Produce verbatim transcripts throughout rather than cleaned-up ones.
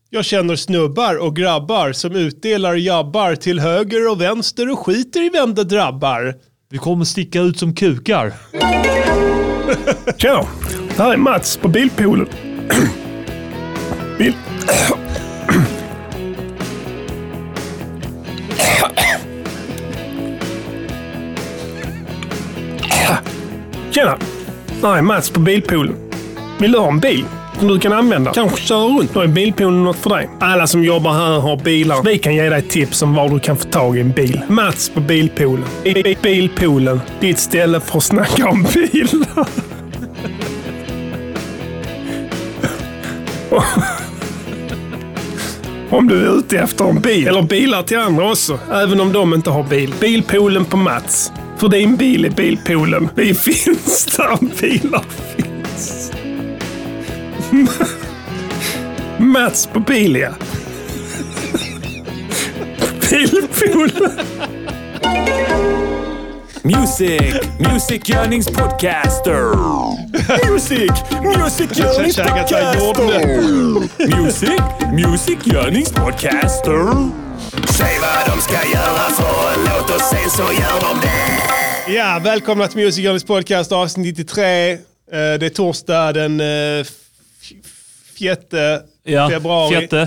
Jag känner snubbar och grabbar som utdelar jabbar till höger och vänster och skiter i vem det drabbar. Vi kommer sticka ut som kukar. Tja, här är Mats på Bilpoolen. Bil... Tjena, här är Mats på Bilpoolen. Vill du ha en bil som du kan använda? Kanske köra runt. Då är Bilpoolen något för dig. Alla som jobbar här har bilar. Vi kan ge dig tips om var du kan få tag i en bil. Mats på Bilpoolen. Bilpoolen, ditt ställe för att snacka om bilar. Om du är ute efter en bil. Eller bilar till andra också. Även om de inte har bil. Bilpoolen på Mats. För din bil är Bilpoolen. Vi finns där bilar finns. Mats på Bilia. Bilpoolen. Music, Music Yearnings Podcaster. Music, Music Yearnings Podcaster. Music, Music Yearnings Podcaster. Säg vad de ska göra för en låt och sen så gör de det. Ja, välkomna till Music Yearnings Podcast avsnitt nittiotre. Uh, det är torsdag den uh, fjätte ja, februari. Fjätte.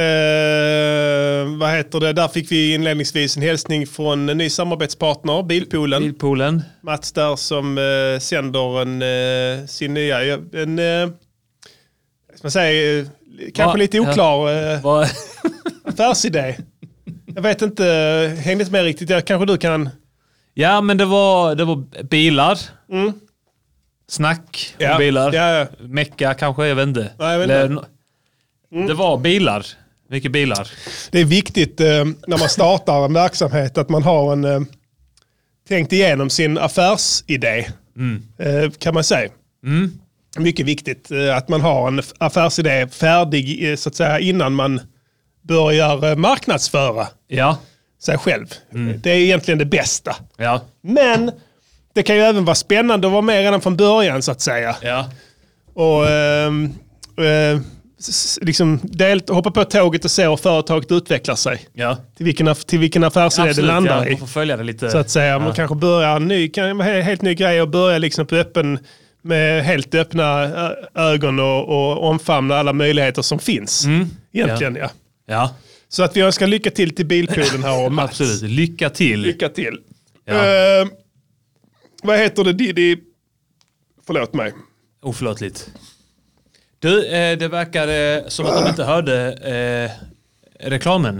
Uh, vad heter det? Där fick vi inledningsvis en hälsning från en ny samarbetspartner, Bilpoolen. Bilpoolen. Mats där som uh, sänder en, uh, sin nya, en, uh, ska man säga, uh, kanske Va? lite oklar uh, affärsidé. Jag vet inte, hängde inte med riktigt. Jag, kanske du kan... Ja, men det var, det var bilar. Mm. Snack om ja. bilar. Ja, ja. Mecka kanske, jag vet inte. Nej, jag vet Eller, inte. Mm. Det var bilar. Mycket bilar. Det är viktigt eh, när man startar en verksamhet att man har en eh, tänkt igenom sin affärsidé. Mm. Eh, kan man säga. Mm. Mycket viktigt eh, att man har en affärsidé färdig eh, så att säga innan man börjar eh, marknadsföra Ja. sig själv. Mm. Det är egentligen det bästa. Ja. Men det kan ju även vara spännande att vara med redan från början så att säga. Ja. Och eh, eh, liksom delt, hoppa på tåget och se hur företaget utvecklar sig. Ja. Till vilken, till vilken affärsidé Absolut, det landar ja. i. Man får följa det lite. Så att säga. Ja. Man kanske börjar en ny, kan vara en helt ny grej och börja liksom på öppen, med helt öppna ögon och, och omfamna alla möjligheter som finns. Mm. Egentligen, ja. ja. Ja. Så att vi önskar lycka till till Bilpoolen här och Mats. Absolut, lycka till. Lycka till. Ja. Uh, vad heter det, Diddy? Förlåt mig. Oförlåtligt. Du, eh, det verkar eh, som att de inte hörde eh, reklamen.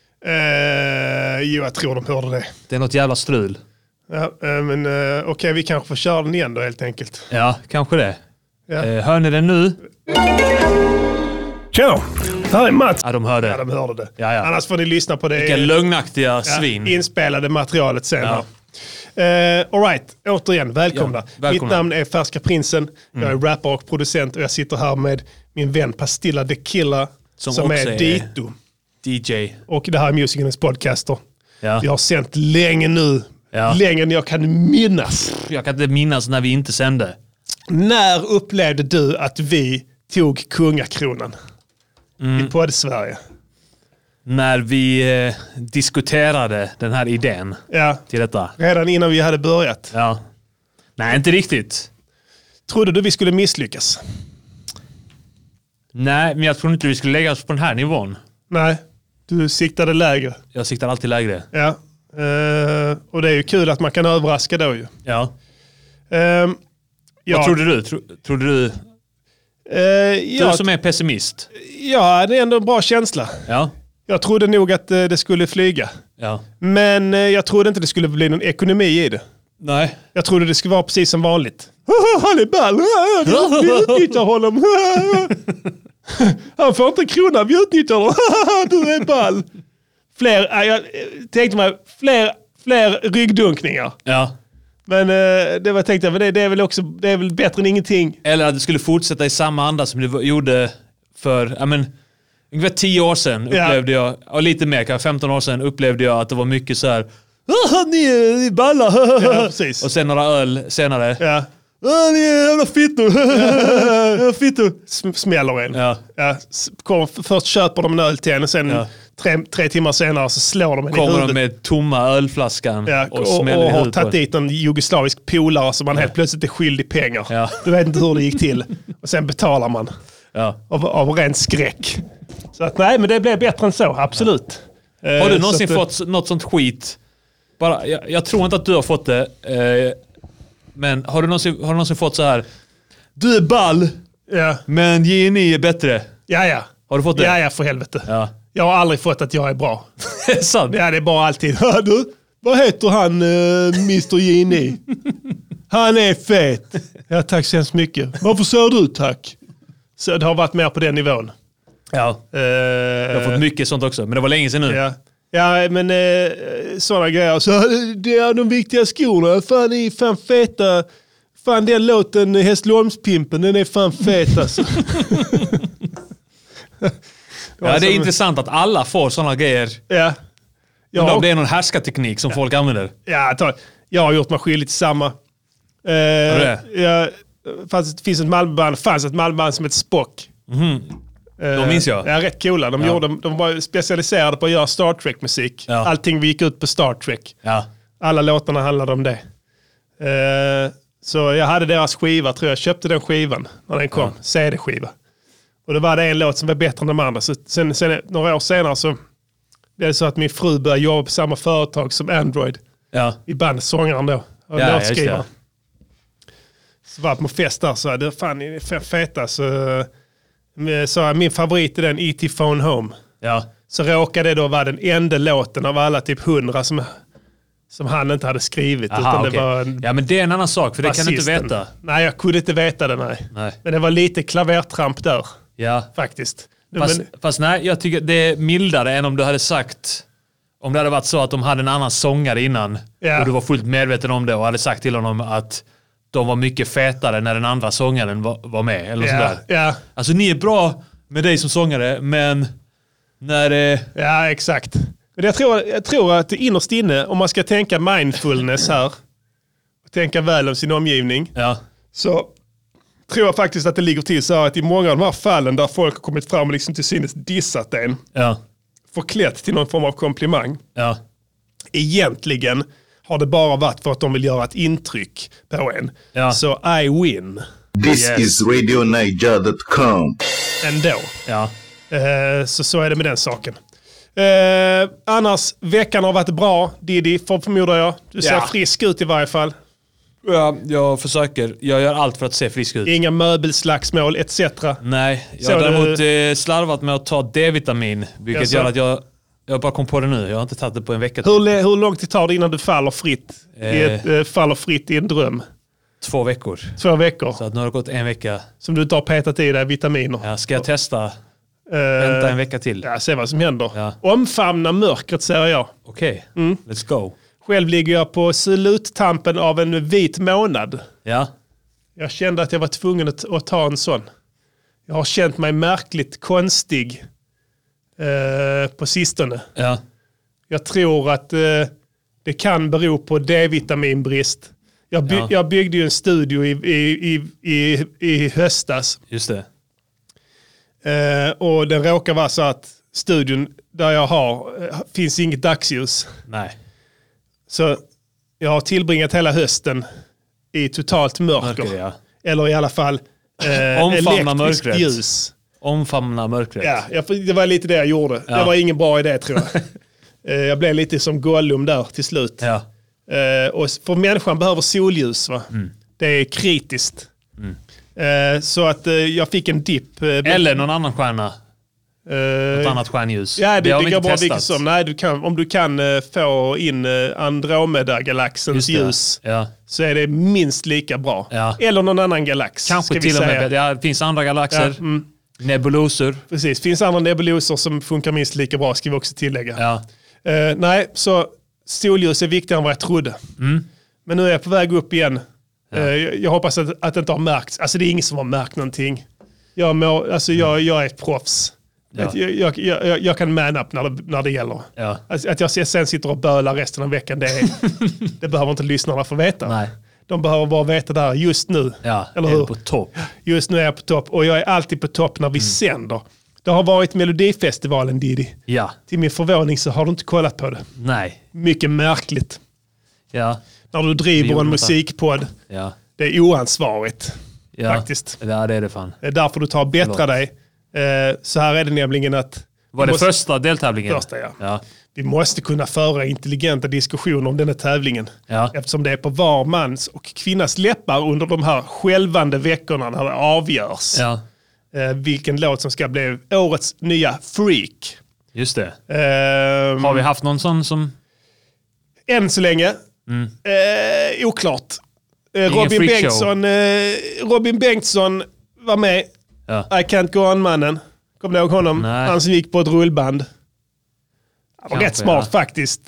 Uh, jo, jag tror de hörde det. Det är något jävla strul. Ja, uh, men uh, okej, okay, vi kanske får köra den igen då helt enkelt. Ja, kanske det. Ja. Eh, hör ni den nu? Tja, här är Mats. Ja, de hörde. Ja, de hörde det. Ja, ja. Annars får ni lyssna på det. Vilka lögnaktiga ja, svin. inspelade materialet sen. Ja. Uh, all right, återigen, välkomna. Ja, välkomna. Mitt namn är Färska Prinsen. Mm. Jag är rappare och producent och jag sitter här med min vän Pastilla the Killer som, som är, är Dito. D J. Och det här är Music Yearnings Podcaster. Ja. Vi har sänt länge nu. Ja. Längre än jag kan minnas. Jag kan inte minnas när vi inte sände. När upplevde du att vi tog kungakronan mm. i Podd-Sverige? När vi eh, diskuterade den här idén ja. till detta. Redan innan vi hade börjat. Ja. Nej, inte riktigt. Trodde du vi skulle misslyckas? Nej, men jag tror inte vi skulle lägga oss på den här nivån. Nej, du siktade lägre. Jag siktar alltid lägre. Ja, uh, och det är ju kul att man kan överraska då ju. Ja. Uh, ja. Vad trodde du? Tro, trodde du? Uh, ja, du som är pessimist. Ja, det är ändå en bra känsla. Ja. Jag trodde nog att uh, det skulle flyga. Ja. Men uh, jag trodde inte det skulle bli någon ekonomi i det. Nej. Jag trodde det skulle vara precis som vanligt. Han är ball. Vi utnyttjar honom. Han får inte en krona. Vi utnyttjar honom. Du är ball. Fler, jag tänkte mig, fler, fler ryggdunkningar. Ja. Men det var tänkte jag, men det, det är väl också det är väl bättre än ingenting. Eller att det skulle fortsätta i samma anda som det gjorde för, ja men, ungefär tio år sedan upplevde ja. jag, och lite mer, kanske femton år sedan upplevde jag att det var mycket så här. Ni är balla. Ja, precis. Och sen några öl senare. Ja. Ni är jävla fittor. Fittor. Smäller en. Ja. Ja, kom, först köper de en öl till en och sen Ja. tre, tre timmar senare så slår de en i Kommer huvudet. de med tomma ölflaskan Ja, och och, smäller och i har huvudet på tagit en. dit en jugoslavisk polare som man helt plötsligt är skyldig pengar. Ja. Du vet inte hur det gick till. Och sen betalar man Ja. av, av ren skräck. Så att nej, men det blev bättre än så, absolut. Har Eh, du så någonsin att, fått något sånt skit? Bara, jag, jag tror inte att du har fått det. Eh, men har du, någonsin, har du någonsin fått så här? Du är ball, Ja, men J N I är bättre. ja, ja. Har du fått det? Ja, ja, för helvete. Ja. Jag har aldrig fått att jag är bra. Det är sant. Ja, det är bara alltid. Hör du, vad heter han, uh, mister J N I? Han är fet. Ja, tack så hemskt mycket. Varför sa du tack? Så det har varit mer på den nivån. Ja. Uh, Jag har fått mycket sånt också, men det var länge sedan nu. Ja, ja men eh, sådana grejer. Så, det är de viktiga skorna. Fan, ni är fan feta. Fan, den låten Hässleholmspimpen, den är fan fet alltså. Ja, det är intressant att alla får sådana grejer. Ja. Ja, Ja, om det är någon härskarteknik som folk använder. ja, ta- jag har gjort mig skyldig till samma. Eh, det? ja, fanns, det finns ett Malmöband, fanns ett Malmöband som heter Spock. Eh, De minns jag. Ja, rätt coola. De, Ja. gjorde, de var specialiserade på att göra Star Trek-musik. Ja. Allting gick ut på Star Trek. Ja. Alla låtarna handlade om det. Eh, så jag hade deras skiva, tror jag. Köpte den skivan när den kom. C D-skiva. Och då var det en låt som var bättre än de andra. Så sen, sen några år senare så blev det så att min fru började jobba på samma företag som Android. Ja. I bandsångaren då. Och Ja, låtskrivare. just Så var jag på fest där så det fan ni är fe- feta. Så eh, sa jag, min favorit är den E T Phone Home. Ja. Så råkade det då vara den enda låten av alla typ hundra som, som han inte hade skrivit. Aha, utan det okej. var en Ja, men det är en annan sak, för det kan du inte basisten. veta. Nej, jag kunde inte veta det, nej. Nej. Men det var lite klavertramp där, Ja. faktiskt. Fast, Men, fast nej, jag tycker det är mildare än om du hade sagt... Om det hade varit så att de hade en annan sångare innan Ja. och du var fullt medveten om det och hade sagt till honom att de var mycket fetare när den andra sångaren var, var med. Eller ja, sådär. ja, Alltså ni är bra med dig som sångare, men när det... ja, exakt. Men jag tror, jag tror att innerst inne, om man ska tänka mindfulness här, och tänka väl om sin omgivning, Ja, så tror jag faktiskt att det ligger till så här att i många av de här fallen där folk har kommit fram och liksom till synes dissat en, ja, förklätt till någon form av komplimang, ja. egentligen har det bara varit för att de vill göra ett intryck på en. Ja. Så I win This Yes. is radio niger dot com. ändå. ja. Eh, så så är det med den saken. Eh, annars, veckan har varit bra. Diddy, för, förmodar jag. Du ser Ja. frisk ut i varje fall. Ja, jag försöker. Jag gör allt för att se frisk ut. Inga möbelslagsmål et cetera. Nej, jag Så har du- däremot eh, slarvat med att ta D-vitamin. Vilket Jaså? gör att jag... Jag bara kom på det nu. Jag har inte tagit det på en vecka. Hur, le- hur lång tid tar det innan du faller fritt? I Eh. ett, eh, faller fritt i en dröm? Två veckor. Två veckor. Så att nu har det gått en vecka. Som du inte har petat i dig vitaminer. Ja, ska jag testa? Eh, Vänta en vecka till. Ja, se vad som händer. Ja. Omfamna mörkret, säger jag. Okej, Mm. let's go. Själv ligger jag på sluttampen av en vit månad. Ja, Jag kände att jag var tvungen att, att ta en sån. Jag har känt mig märkligt konstig eh, på sistone. ja, Jag tror att eh, det kan bero på D-vitaminbrist. Jag, by- Ja. jag byggde ju en studio i, i, i, i, i höstas. just det. Eh, och den råkar vara så att studion där jag har eh, finns inget dagsljus. Nej. Så jag har tillbringat hela hösten i totalt mörker. Mörker, ja. Eller i alla fall eh, Omfamna elektriskt mörkret. ljus. Omfamna mörkret. Ja, jag, det var lite det jag gjorde. Ja. Det var ingen bra idé, tror jag. Eh, jag blev lite som Gollum där till slut. Ja. Eh, och för människan behöver solljus. Va? Mm. Det är kritiskt. Eh, så att eh, jag fick en dipp. Eh, Eller någon annan stjärna. eh, Något annat stjärnljus. Ja, det, har det vi går inte bra testat. vilket som. Nej, du kan, om du kan eh, få in eh, Andromeda-galaxens Just det. ljus Ja. så är det minst lika bra. Ja. Eller någon annan galax. Kanske ska vi till och säga. med. Ja, det finns andra galaxer. Ja, mm. Nebulosor. Precis, finns andra nebuloser som funkar minst lika bra, ska vi också tillägga. Ja. Eh, nej, så solljus är viktigare än vad jag trodde. Mm. Men nu är jag på väg upp igen. Eh, jag, jag hoppas att, att det inte har märkts. Alltså det är ingen som har märkt någonting. Jag, må, alltså, jag, jag är ett proffs. Ja. Att Jag, jag, jag, jag kan man up när det, när det gäller. Ja. Alltså, att jag sen sitter och bölar resten av veckan, det, är, det behöver inte lyssnarna få veta. Nej. De behöver bara veta där just nu. Ja, eller är hur? på topp. Just nu är jag på topp och jag är alltid på topp när vi mm. sänder. Det har varit Melodifestivalen, Diddy. Ja. Till min förvåning så har du inte kollat på det. Nej. Mycket märkligt. Ja. När du driver en musikpodd. Ja. Det är oansvarigt. Ja. Faktiskt. Ja, det är det fan. Det är därför du tar och bättra dig. Eh, så här är det nämligen att... Var det måste, första deltävlingen? Första, ja. ja. Vi måste kunna föra intelligenta diskussioner om den här tävlingen. Ja. Eftersom det är på var mans och kvinnas läppar under de här skälvande veckorna när det avgörs. Ja. Eh, vilken låt som ska bli årets nya freak. Just det. Eh, Har vi haft någon sån som... Än så länge. Mm. Eh, oklart. Eh, Robin Bengtsson, eh, Robin Bengtsson var med. Ja. I can't go on-mannen. Kommer du ihåg honom? Nej. Han som gick på ett rullband. Det var Kanske, rätt smart ja. faktiskt.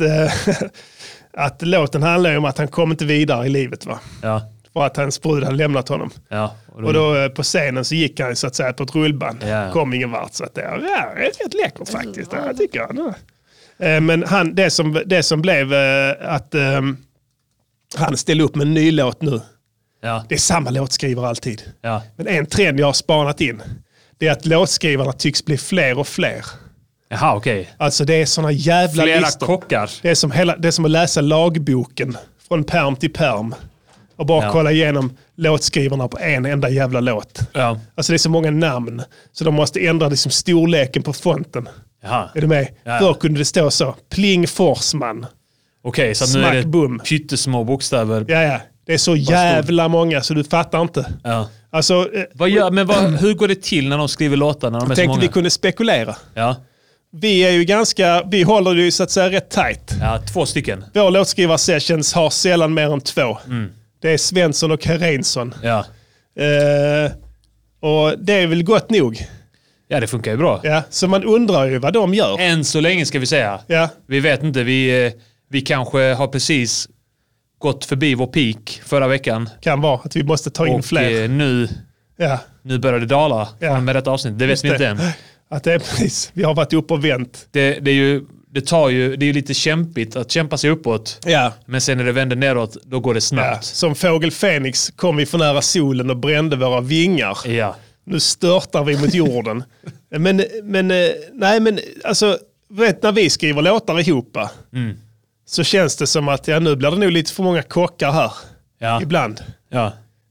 Att låten handlar ju om att han kom inte vidare i livet, va? Ja. För att hans brud hade lämnat honom. Ja. Och då, och då på scenen så gick han så att säga på ett rullband. Ja. Kom ingen vart. Så att det är ja, rätt läckert faktiskt. Det jag tycker jag. Eh, Men han, det, som, det som blev eh, att eh, han ställde upp med en ny låt nu. Ja. Det är samma låtskrivare alltid. Ja. Men en trend jag har spanat in, det är att låtskrivarna tycks bli fler och fler. Jaha, okej. Okay. Alltså det är såna jävla Flera listor. kockar. Det är, som hela, det är som att läsa lagboken från perm till perm. Och bara Ja. kolla igenom låtskrivarna på en enda jävla låt. Ja. Alltså det är så många namn. Så de måste ändra liksom storleken på fonten. Jaha. Är du med? Ja. Förr kunde det stå så. Pling Forsman. Okej, okay, så att nu Smack, är det boom. pyttesmå bokstäver. Ja, ja. Det är så jävla många så du fattar inte. Ja. Alltså, eh, Vad gör, men vad, hur går det till när de skriver låtar när de är så tänkte många? vi kunde spekulera. Ja. Vi är ju ganska, vi håller det ju så att säga rätt tight. ja, två stycken. Vår låtskrivar-sessions har sällan mer än två. Mm. Det är Svensson och Herensson. Ja. Eh, och det är väl gott nog. Ja, det funkar ju bra. Ja, så man undrar ju vad de gör. Än så länge ska vi säga. Ja. Vi vet inte, vi, eh, vi kanske har precis gått förbi vår peak förra veckan. Kan vara att vi måste ta in och fler. eh, nu, Ja. nu börjar det dala Ja. med detta avsnitt. Det vet Just vi inte det. än. Att det är precis, vi har varit upp och vänt. Det, det är ju det tar ju, det är ju lite kämpigt att kämpa sig uppåt. Ja. Men sen när det vänder neråt, då går det Ja. snabbt. Som fågel Fenix kom vi för nära solen och brände våra vingar. Ja. Nu störtar vi mot jorden. men, men, eh, nej men, alltså, vet när vi skriver låtar ihop Mm. så känns det som att ja, nu blir det nog lite för många kockar här. Ja. Ibland. Ja.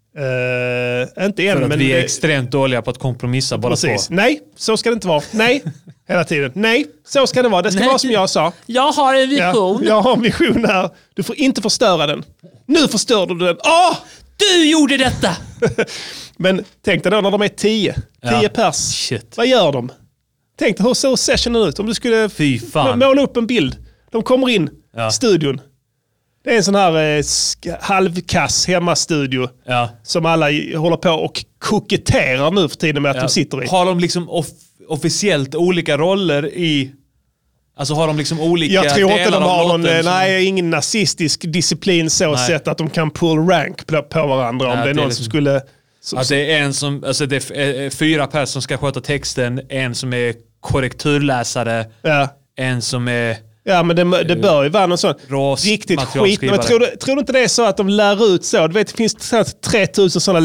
Uh, inte än, För att men vi är det, extremt dåliga på att kompromissa båda två. precis. Nej, så ska det inte vara. Nej, hela tiden. Nej, så ska det vara. Det ska Nej. vara som jag sa. Jag har en Ja, jag har en vision här. Du får inte förstöra den. Nu förstörde du den. Åh! Du gjorde detta! Men tänk dig då när de är tio. Tio Ja. pers. Shit. Vad gör de? Tänk dig hur såg sessionen ut om du skulle Fy fan. måla upp en bild. De kommer in Ja. i studion. Det är en sån här eh, sk- halvkass hemmastudio Ja. som alla i- håller på och koketterar nu för tiden med att Ja. de sitter i. Har de liksom off- officiellt olika roller i... Alltså har de liksom olika Jag tror inte delar de av har någon, låten eh, som- nej, ingen nazistisk disciplin så Nej. sett att de kan pull rank på på varandra om Nej, det är det är någon liksom- som skulle... Så, Alltså det är en som, alltså det är eh, fyra personer som ska sköta texten, en som är korrekturläsare, ja. en som är... Ja, men det, det bör ju vara någon sån Rås riktigt skit. materialskrivare. Men tror, du, tror du inte det är så att de lär ut så? Du vet, det finns så här tre tusen sådana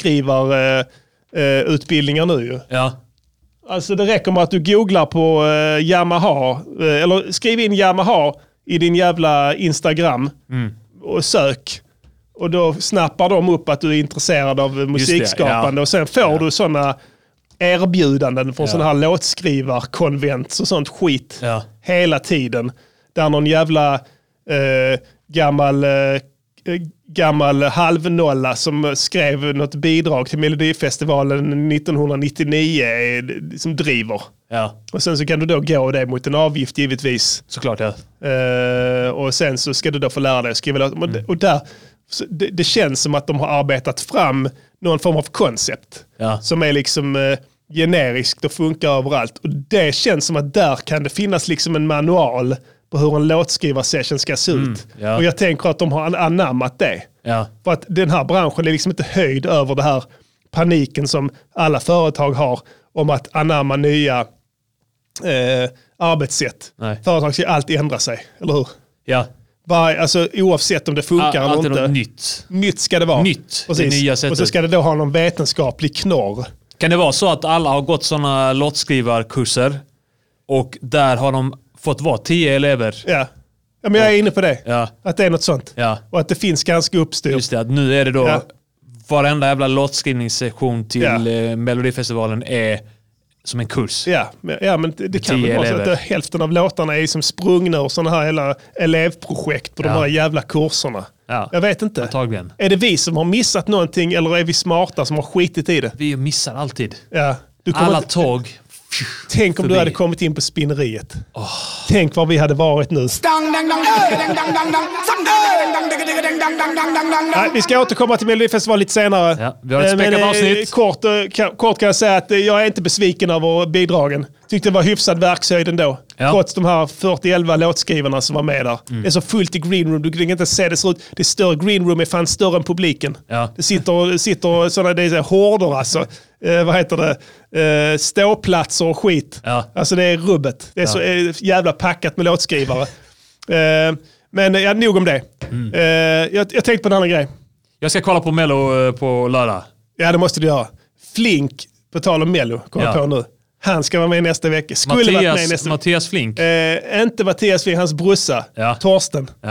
låtskrivarutbildningar nu ju. Ja. Alltså det räcker med att du googlar på uh, Yamaha, uh, eller skriv in Yamaha i din jävla Instagram Mm. och sök. Och då snappar de upp att du är intresserad av musikskapande ja. och sen får Ja. du sådana erbjudanden från Ja. sådana här låtskrivarkonvent och sånt skit Ja. hela tiden. Där någon jävla eh, gammal, eh, gammal halvnolla som skrev något bidrag till Melodifestivalen nittonhundranittionio eh, som driver. Ja, Och sen så kan du då gå det mot en avgift givetvis. såklart ja. Eh, och sen så ska du då få lära dig att skriva låt. Mm. Och där, så det, det känns som att de har arbetat fram någon form av koncept. Ja. Som är liksom eh, generiskt och funkar överallt. Och det känns som att där kan det finnas liksom en manual på hur en låtskrivarsession ska se ut. Mm, ja. Och jag tänker att de har anammat det. Ja. För att den här branschen är liksom inte höjd över det här paniken som alla företag har om att anamma nya eh, arbetssätt. Nej. Företag ska alltid ändra sig, eller hur? Ja. Var, alltså, oavsett om det funkar Allt eller är inte. nytt. Nytt ska det vara. Nytt, Precis. det nya sättet. Och så ska det då ha någon vetenskaplig knorr. Kan det vara så att alla har gått sådana lottskrivarkurser och där har de fått vara tio elever? Ja. Ja, men jag är inne på det. Ja. Att det är något sånt. Ja. Och att det finns ganska uppstyrt. Just det, att nu är det då Ja. varenda jävla lottskrivningssektion till Ja. eh, Melodifestivalen är som en kurs. Ja, men, ja, men det, det kan tio väl vara så att elever. det, hälften av låtarna är som sprungna ur sådana här hela elevprojekt på de Ja. här jävla kurserna. Ja. Jag vet inte. Antagligen. Är det vi som har missat någonting eller är vi smarta som har skitit i det? Vi missar alltid. Ja. Du kommer Alla inte, tåg. tänk om förbi. du hade kommit in på spinneriet. Oh. Tänk var vi hade varit nu. Nej, vi ska återkomma till Melodifestivalen lite senare. Ja, vi har ett Eh, späckat men, eh, avsnitt. Kort, eh, ka- kort kan jag säga att eh, jag är inte besviken över bidragen. Tyckte det var hyfsad verkshöjd ändå. Ja. Trots de här fyrtioelva låtskrivarna som var med där. Mm. Det är så fullt i green room, du kan inte se det ser ut. Det är större, green room är fan större än publiken. Ja. Det sitter, det sitter sådana, det är så här horder alltså. Eh, vad heter det? Eh, ståplatser och skit. Ja. Alltså det är rubbet. Det är så eh, jävla packat med låtskrivare. eh, men ja, nog om det. Mm. Eh, jag, jag tänkte på en annan grej. Jag ska kolla på Mello eh, på lördag. Ja, det måste du göra. Flink, på tal om Mello, kommer Ja. jag på nu. Han ska vara med nästa vecka. Skulle varit med Mattias, nästa Mattias Flink. eh, Inte Mattias Flink, hans brorsa. Ja. Torsten. Ja.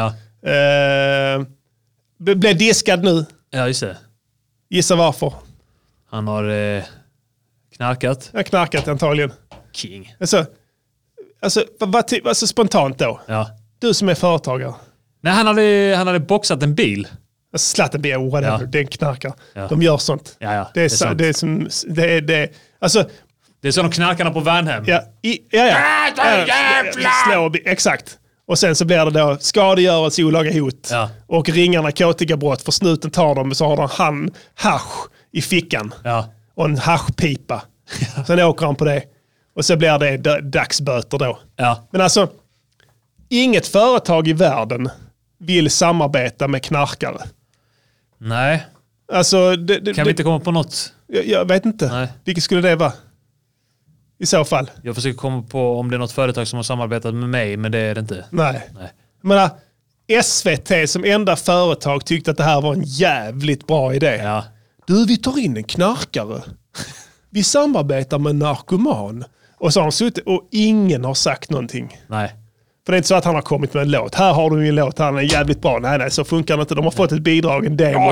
Eh, b- blev diskad nu. ja, just det. Gissa varför. Han har eh, knarkat. Jag har knarkat antagligen. King. Alltså, alltså, vad, vad, ty- alltså spontant då. Ja. Du som är företagare. Nej, han hade, han hade boxat en bil. Slattenbier, whatever. Ja. Det är en knarkar. Ja. De gör sånt. Ja, ja, Det är, det är sa- sant. det är som... Det är, det är, alltså, Det är som de knarkarna på Värnhem. ja, i, ja, ja. ja slå, exakt. Och sen så blir det då skadegörelse, olaga hot. Ja. Och ringar narkotikabrott för snuten tar dem så har de han hasch i fickan. Ja. Och en haschpipa. Sen åker han på det. Och så blir det d- dagsböter då. Ja. Men alltså, inget företag i världen vill samarbeta med knarkare. Nej. Alltså, det, det, Kan vi inte komma på något? jag, jag vet inte. Nej. Vilket skulle det vara? I så fall. Jag försöker komma på om det är något företag som har samarbetat med mig, men det är det inte. Nej. Nej. Jag menar, S V T som enda företag tyckte att det här var en jävligt bra idé. Ja. Du, vi tar in en knarkare. Vi samarbetar med en narkoman. Och så har de suttit och ingen har sagt någonting. Nej. För det är inte så att han har kommit med en låt. Här har du en låt, han är jävligt bra. Nej, nej, så funkar det inte. De har fått ett bidrag, en demo.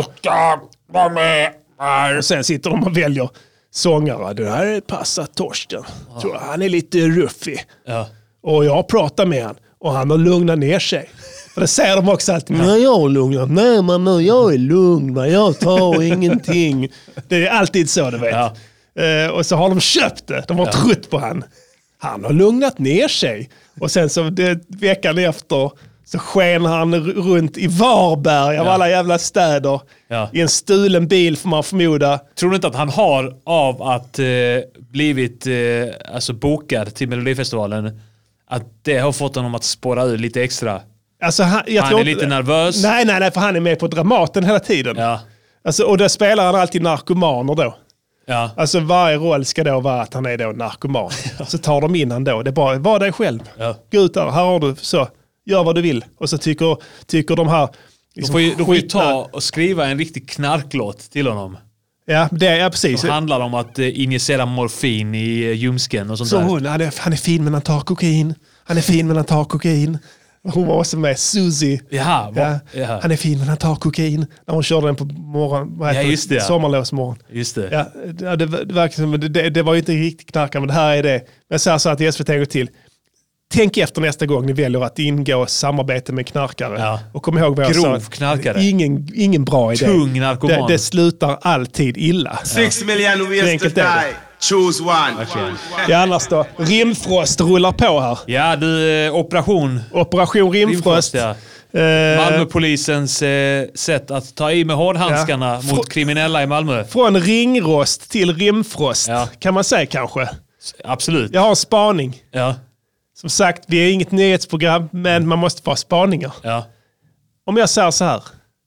Och sen sitter de och väljer sångare. Det här passar Torsten. Tror han är lite ruffig. Ja. Och jag pratar med han och han har lugnat ner sig. För det säger de också alltid. Nej, jag har lugnat. Nej, mamma, jag är lugn. Va? Jag tar ingenting. Det är alltid så, du vet. Ja. Eh, och så har de köpt det. De har trott på han. Han har lugnat ner sig. Och sen så det, veckan efter så sken han r- runt i Varberg av Ja. alla jävla städer. Ja. I en stulen bil får man förmoda. Tror du inte att han har av att eh, blivit eh, alltså bokad till Melodifestivalen, att det har fått honom att spåra ur lite extra? Alltså, han jag Han tror är inte- lite nervös. Nej, nej, nej, för han är med på Dramaten hela tiden. Ja. Alltså, och där spelar han alltid narkomaner då. Ja. Alltså varje roll ska då vara att han är då narkoman. Så tar de in han då. Det är bara, var dig själv. Ja. Gå ut där, här har du, så. Gör vad du vill. Och så tycker, tycker de här... Då Liksom, får, ju, då får ju skitna- ta och skriva en riktig knarklåt till honom. Ja, det, ja precis. Det handlar om att eh, injicera morfin i eh, ljumsken och sånt Så där. hon, han är, han är fin men han tar kokain. Han är fin men han tar kokain. Hon var också med, Susie. Jaha, vad- Ja. jaha. Han är fin men han tar kokain. När hon körde den på morgon, vad heter Ja, just det, ja. Sommarlovsmorgon. Just det. Ja, det, det, det, verkar som, det, det, det var ju inte riktigt knarkare, men det här är det. Men jag säger så här till S V T går till. Tänk efter nästa gång ni väljer att ingå samarbete med knarkare. Ja. Och kom ihåg vad jag Grov sa. knarkare. Ingen, ingen bra idé. Tung narkoman. Det, det slutar alltid illa. Six million Så ways to enkelt är det. die. Choose one. Ja, annars då. Rimfrost rullar på här. Ja, du, eh, operation Operation Rimfrost. ja. Eh, Malmöpolisens eh, sätt att ta i med hårdhandskarna Ja. mot kriminella i Malmö. Från ringrost till rimfrost, Ja. kan man säga kanske. Absolut. Jag har en spaning. Ja. Som sagt, vi är inget nyhetsprogram, men man måste få ha spaningar. Ja. Om jag säger så här.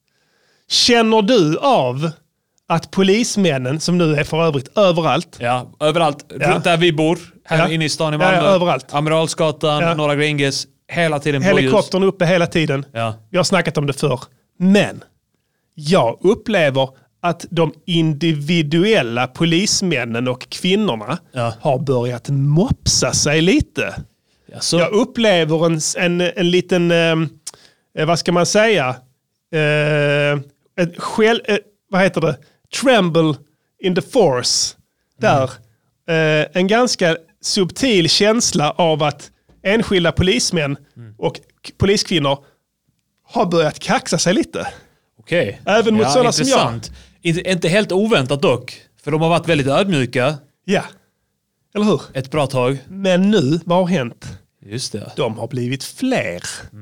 Känner du av att polismännen, som nu är för övrigt överallt, Ja, överallt. Ja. Runt där vi bor, här Ja. inne i stan i Ja, Malmö. ja, överallt. Amiralsgatan, Ja. Norra Gränges. hela tiden blåljus. Helikoptern uppe hela tiden. Ja. Vi har snackat om det förr. Men jag upplever att de individuella polismännen och kvinnorna Ja. har börjat mopsa sig lite. Ja, så, Jag upplever en, en, en liten, eh, vad ska man säga, eh, ett själ, eh, vad heter det, tremble in the force. Där eh, en ganska subtil känsla av att enskilda polismän och k- poliskvinnor har börjat kaxa sig lite. okej. Även mot ja, sådana som jag. intressant. Inte, inte helt oväntat dock. För de har varit väldigt ödmjuka Ja, eller hur? ett bra tag. Men nu, vad har hänt? Just det. De har blivit fler.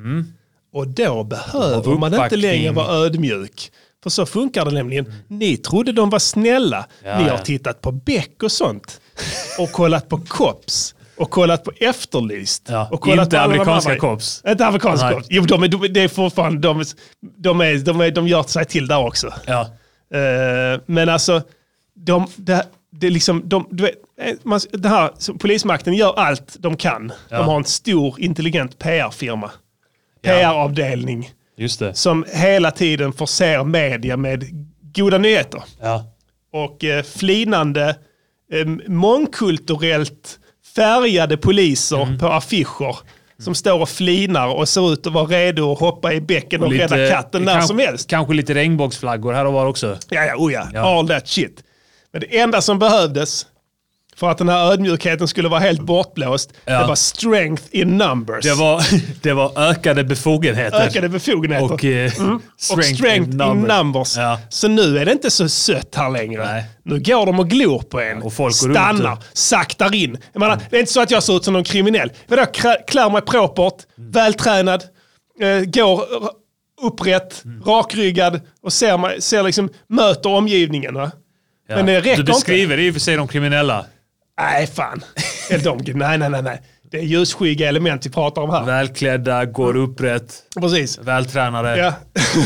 Och då behöver De har man inte uppbackning. längre vara ödmjuk. För så funkar det nämligen. Ni trodde de var snälla. Ja, Ni har ja. tittat på Beck och sånt. Och kollat på Cops. Och kollat på Efterlyst. Ja, Och kollat inte på alla de amerikanska andra. Cops. Inte amerikanska Nej. Cops. Jo, de är, de, det är fortfarande, de, de, är, de, är, de gör sig till där också. Ja. Eh, men alltså, de, det, det är liksom, de, du vet, eh, man, det här, så polismakten gör allt de kan. Ja. De har en stor, intelligent P R-firma. P R-avdelning. Just det. Som hela tiden förser media med goda nyheter. Ja. Och eh, flinande, eh, mångkulturellt färgade poliser Mm. på affischer. Som står och flinar och ser ut att vara redo att hoppa i bäcken och, rädda katten när kanske, som helst. Kanske lite regnbågsflaggor här och var också. Ja, ja, oh ja. Ja. All that shit. Men det enda som behövdes för att den här ödmjukheten skulle vara helt bortblåst, Ja. det var strength in numbers. Det var, det var ökade befogenheter. Ökade befogenheter. Och, eh, och strength, strength in numbers. in numbers. Ja. Så nu är det inte så sött här längre. Nej. Nu går de och glor på en. och folk går stannar, runt saktar in. Jag menar, det är inte så att jag ser ut som någon kriminell. Jag då klär mig propert, vältränad, eh, går upprätt, Mm. rakryggad och ser, mig, ser liksom, möter omgivningen. Va? Ja. Men det räcker du inte. beskriver i och för sig de kriminella. Nej, fan. Eller de, nej, nej, nej, nej. Det är ljusskygga element vi pratar om här. Välklädda, går upprätt, Precis. vältränade, Ja.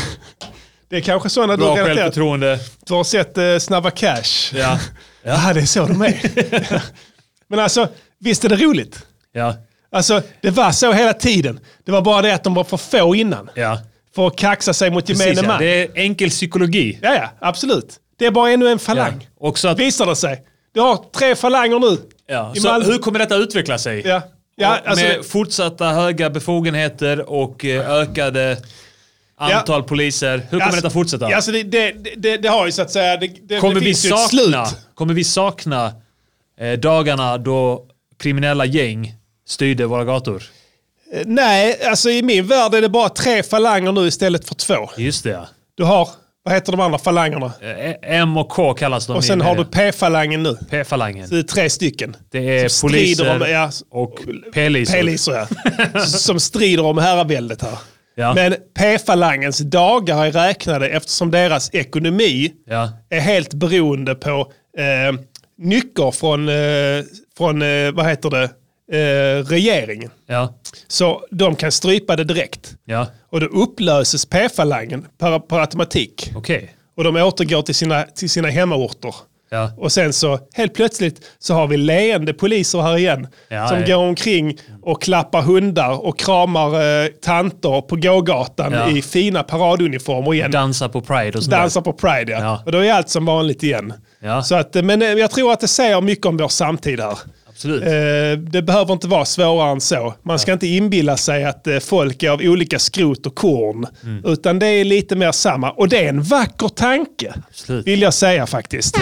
Det är kanske sådana du bra relaterar. självförtroende. Du har sett eh, Snabba Cash. Ja. Ja, det är så de är. Men alltså, visst är det roligt? Ja. Alltså, det var så hela tiden. Det var bara det att de var för få innan. Ja. För att kaxa sig mot gemene Precis, ja. man. Det är enkel psykologi. Ja, ja, absolut. Det är bara ännu en falang. Ja. Också att, Visar det sig. Du har tre falanger nu. ja. I Så Malmö. hur kommer detta utveckla sig? Ja. Ja, Och alltså, med fortsatta höga befogenheter och eh, ökade antal poliser. Hur kommer alltså, detta fortsätta? Ja, alltså det, det, det, det har ju så att säga... Det, det, kommer, det vi finns ju ett sakna, slut. kommer vi sakna eh, dagarna då kriminella gäng styrde våra gator? Eh, Nej, alltså i min värld är det bara tre falanger nu istället för två. Just det, ja. Du har, vad heter de andra falangerna? Eh, M och K kallas de. Och sen i har du media. P-falangen nu. P-falangen. Så det är tre stycken. Det är som strider poliser om, ja, och P-lisor. P-lisor, ja. som strider om herraväldet här. Ja. Men P-falangens dagar är räknade eftersom deras ekonomi Ja. är helt beroende på eh, nyckor från, eh, från eh, vad heter det, eh, regeringen. Ja. Så de kan strypa det direkt. Ja. Och då upplöses P-falangen per, per automatik. Okej. Och de återgår till sina, till sina hemmaorter. Ja. Och sen så helt plötsligt så har vi leende poliser här igen. Ja, som ja. går omkring och klappar hundar och kramar eh, tanter på gågatan Ja. i fina paraduniformer igen. Dansa på Pride och sånt Dansar på Pride, ja. Ja. Och då är allt som vanligt igen. Ja. Så att, men eh, jag tror att det säger mycket om vår samtid här. Absolut. Eh, det behöver inte vara svårare än så. Man ska inte inbilla sig att eh, folk är av olika skrot och korn. Mm. Utan det är lite mer samma. Och det är en vacker tanke. Absolut. Vill jag säga faktiskt.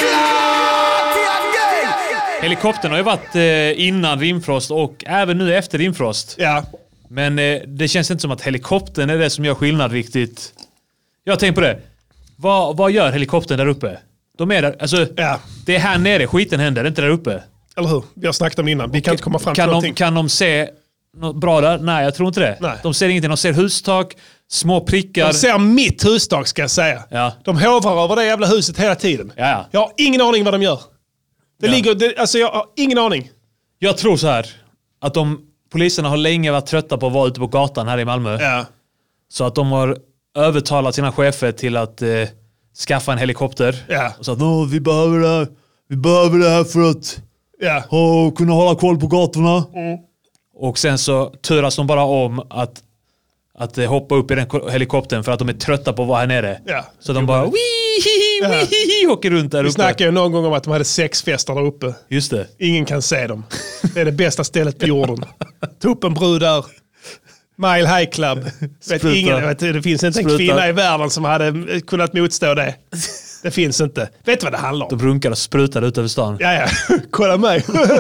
Helikoptern har ju varit eh, innan Rimfrost och även nu efter Rimfrost. Ja. Men eh, det känns inte som att helikoptern är det som gör skillnad riktigt. Jag tänker på det. Vad, vad gör helikoptern där uppe? De är där, alltså, Ja. det är här nere skiten händer, det är inte där uppe. Eller hur? Vi har snackat om det innan. Vi kan inte komma fram till Kan de, någonting. kan de se något bra där? Nej, jag tror inte det. Nej. De ser ingenting. De ser hustak, små prickar. De ser mitt hustak ska jag säga. Ja. De hovrar över det jävla huset hela tiden. Ja, ja. Jag har ingen aning vad de gör. Det Ja. ligger, det, alltså jag har ingen aning. Jag tror så här. Att de poliserna har länge varit trötta på att vara ute på gatan här i Malmö. Ja. Så att de har övertalat sina chefer till att eh, skaffa en helikopter. Ja. Och så att "Nå, vi behöver det här. Vi behöver det här för att Ja. ha, kunna hålla koll på gatorna. Och sen så turas de bara om att Att eh, hoppa upp i den helikoptern för att de är trötta på att vara här nere. Ja. Så de bara wii, wii, åker runt där uppe. Vi snackade ju någon gång om att de hade sexfester där uppe. Just det. Ingen kan se dem. Det är det bästa stället på jorden. Ta upp en brud där. Mile High Club. Vet ingen, vet, det finns inte en Spruta. kvinna i världen som hade kunnat motstå det. Det finns inte. Vet du vad det handlar om? De runkar och sprutar ut över stan. Ja, ja. Kolla mig.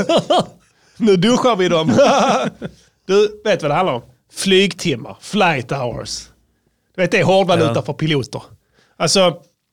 Nu duschar vi dem. Du, vet vad det handlar om? Flygtimmar. Flight hours. Du vet, det är hårdvaluta ja. för piloter. Alltså,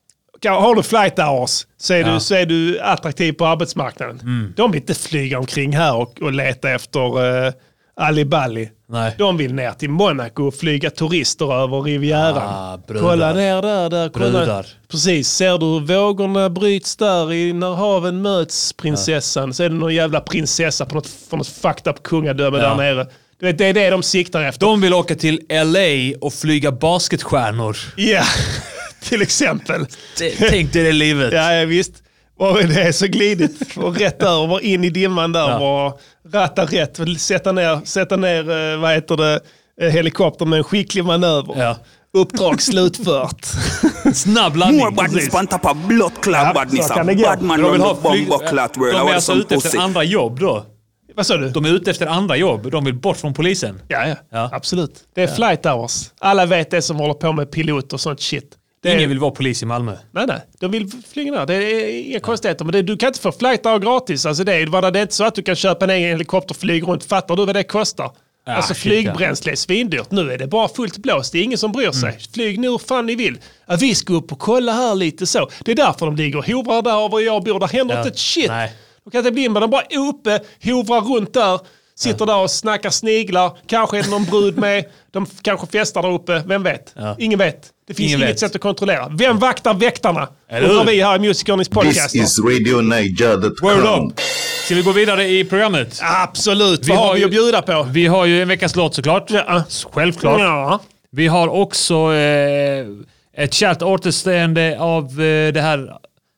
har du flight hours så är, ja. du, så är du attraktiv på arbetsmarknaden. Mm. De vill inte flyga omkring här och, och leta efter uh, Alibali. Nej. De vill ner till Monaco och flyga turister över Rivieran. Ah, kolla ner där, där. Kolla. Brudar. Precis, ser du vågorna bryts där i när haven möts prinsessan. Ja. Så är det någon jävla prinsessa på något, på något fucked up kungadöme ja. där nere. Du vet, det är det de siktar efter. De vill åka till L A och flyga basketstjärnor. Ja, yeah. Till exempel. Tänk dig det livet. Ja, ja visst. Och det är så glidigt. Och rätt över, in i dimman där. Ja. Och ratta rätt. Sätta ner, sätta ner vad heter det, helikopter med en skicklig manöver. Ja. Uppdrag slutfört. Snabb landning. More badness på tappa blott klart badness. Badman de vill ha flyg. De är alltså ute efter andra jobb då. Vad sa du? De är ute efter andra jobb. De vill bort från polisen. Ja, ja. ja. Absolut. Det är ja. flight hours. Alla vet det som håller på med pilot och sånt shit. Det Ingen är... vill vara polis i Malmö. Nej, nej. De vill flyga ner. Det är inga ja. konstigheter. Men det, du kan inte få flight hour gratis. Alltså det, är, det är inte så att du kan köpa en egen helikopter och flyga runt. Fattar du vad det kostar? Ja, alltså flygbränsle är svindyrt. Nu är det bara fullt blåst. Det är ingen som bryr sig. Mm. Flyg nu hur fan ni vill. Ja, vi ska upp och kolla här lite så. Det är därför de ligger och hovrar där var jag bor. Där händer ja. inte ett shit. Nej. De kan inte bli in, men de bara är uppe, hovrar runt där. Sitter ja. där och snackar sniglar. Kanske är det någon brud med. De kanske festar där uppe. Vem vet? Ja. Ingen vet. Det finns Ingen inget vet. sätt att kontrollera. Vem vaktar väktarna? Undrar vi här i Music Journeys podcast. This is radio niger dot com. Ska vi gå vidare i programmet? Absolut. Vad vi har, har vi att bjuda på? Vi har ju en veckas låt såklart. Ja. Självklart. Ja. Vi har också eh, ett kärt återstående av eh, det här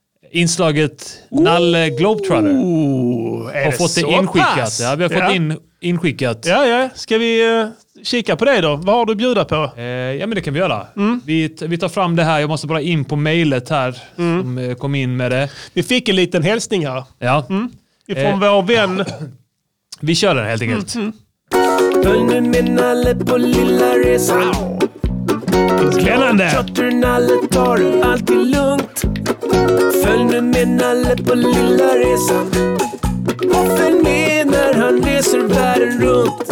inslaget Nalle Globetrotter. Oh, har fått det inskickat. Ja, vi har fått ja. in inskickat. Ja, ja. Ska vi uh, kika på det då? Vad har du att bjuda på? Eh, ja, men det kan vi göra. Mm. Vi, vi tar fram det här. Jag måste bara in på mejlet här mm. som uh, kom in med det. Vi fick en liten hälsning här. Ja. Mm. Ifrån eh. vår vän. Vi kör den helt enkelt. Mm. Följ nu med Nalle på lilla resan. Spännande. Trotter Nalle tar det alltid lugnt. Följ nu med Nalle på lilla resan. Och följ med när han reser världen runt.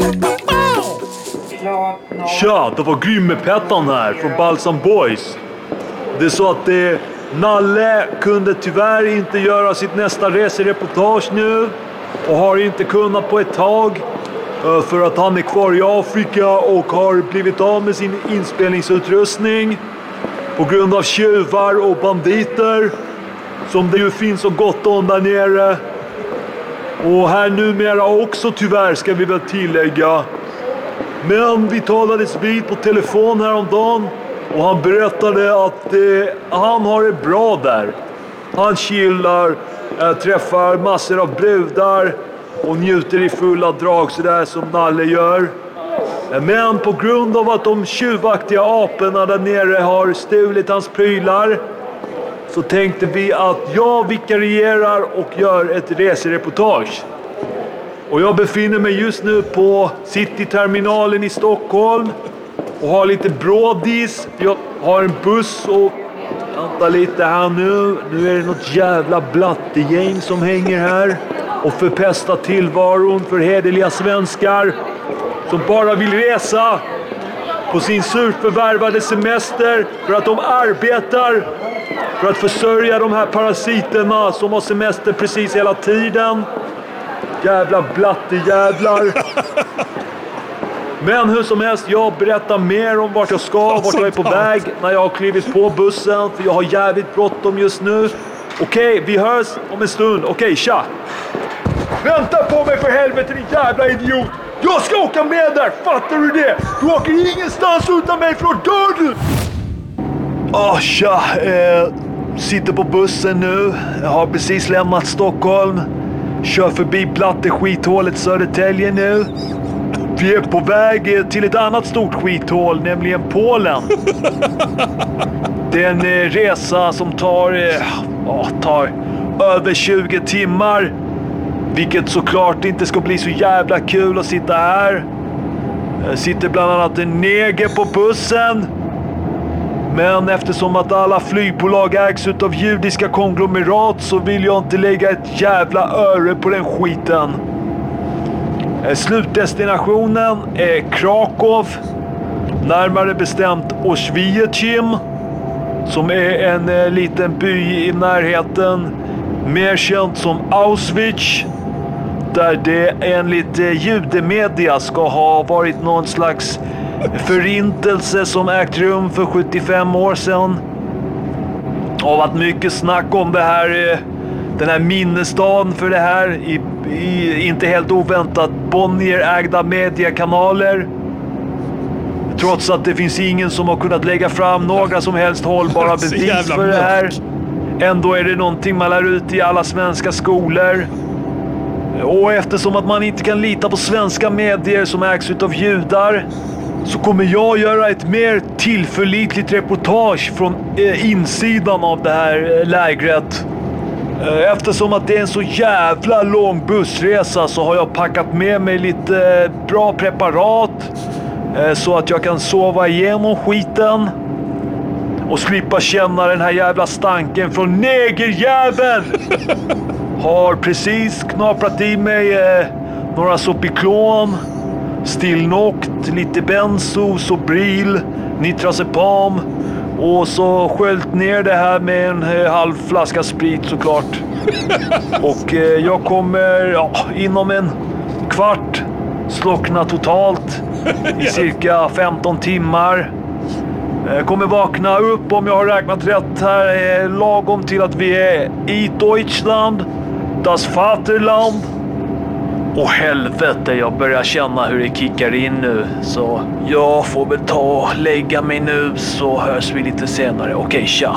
Tja, det var Grymme Pettan här från Balsam Boys. Det är så att det, Nalle kunde tyvärr inte göra sitt nästa resereportage nu. Och har inte kunnat på ett tag. För att han är kvar i Afrika och har blivit av med sin inspelningsutrustning. På grund av tjuvar och banditer. Som det ju finns så gott om där nere. Och här numera också tyvärr ska vi väl tillägga. Men vi talades vid på telefon häromdagen. Och han berättade att eh, han har det bra där. Han chillar, äh, träffar massor av brudar. Och njuter i fulla drag sådär som Nalle gör. Men på grund av att de tjuvaktiga aporna där nere har stulit hans prylar. Så tänkte vi att jag vikarierar och gör ett resereportage. Och jag befinner mig just nu på Cityterminalen i Stockholm. Och har lite brådis. Jag har en buss och... Vänta lite här nu. Nu är det något jävla blattegäng som hänger här. Och förpestar tillvaron för hederliga svenskar. Som bara vill resa på sin surt förvärvade semester. För att de arbetar. För att försörja de här parasiterna som har semester precis hela tiden. Jävla blattejävlar. Men hur som helst, jag berättar mer om vart jag ska, vart jag är på väg när jag har klivit på bussen. För jag har jävligt bråttom just nu. Okej, vi hörs om en stund. Okej, tja! Vänta på mig för helvete, din jävla idiot! Jag ska åka med där, fattar du det? Du åker ingenstans utan mig, för då dör du! Åh, tja, eh, sitter på bussen nu. Jag har precis lämnat Stockholm. Kör förbi platteskithålet Södertälje nu. Vi är på väg till ett annat stort skithål, nämligen Polen. Det är en eh, resa som tar, eh, ja, tar över tjugo timmar. Vilket såklart inte ska bli så jävla kul att sitta här. Jag sitter bland annat en neger på bussen. Men eftersom att alla flygbolag ägs av judiska konglomerat så vill jag inte lägga ett jävla öre på den skiten. Slutdestinationen är Krakow. Närmare bestämt Oswiecim. Som är en eh, liten by i närheten. Mer känt som Auschwitz. Där det enligt eh, judemedia ska ha varit någon slags förintelse som ägt rum för sjuttiofem år sedan. Det har varit mycket snack om det här, den här minnesdagen för det här i, i inte helt oväntat Bonnier-ägda mediekanaler. Trots att det finns ingen som har kunnat lägga fram några som helst hållbara bevis för det här. Ändå är det någonting man lär ut i alla svenska skolor. Och eftersom att man inte kan lita på svenska medier som ägs av judar så kommer jag göra ett mer tillförlitligt reportage från eh, insidan av det här eh, lägret. Eh, eftersom att det är en så jävla lång bussresa så har jag packat med mig lite eh, bra preparat eh, så att jag kan sova igenom skiten och slippa känna den här jävla stanken från negerjäveln. Har precis knaprat i mig eh, några Sopiklon, Stilnoct, lite benzo, Sobril, Nitrazepam och så sköljt ner det här med en eh, halv flaska sprit såklart. Och eh, jag kommer ja, inom en kvart slockna totalt i cirka femton timmar. Jag kommer vakna upp om jag har räknat rätt här eh, lagom till att vi är i Deutschland, das Vaterland. Och helvete, jag börjar känna hur det kickar in nu. Så jag får väl ta och lägga mig nu så hörs vi lite senare. Okej, tja.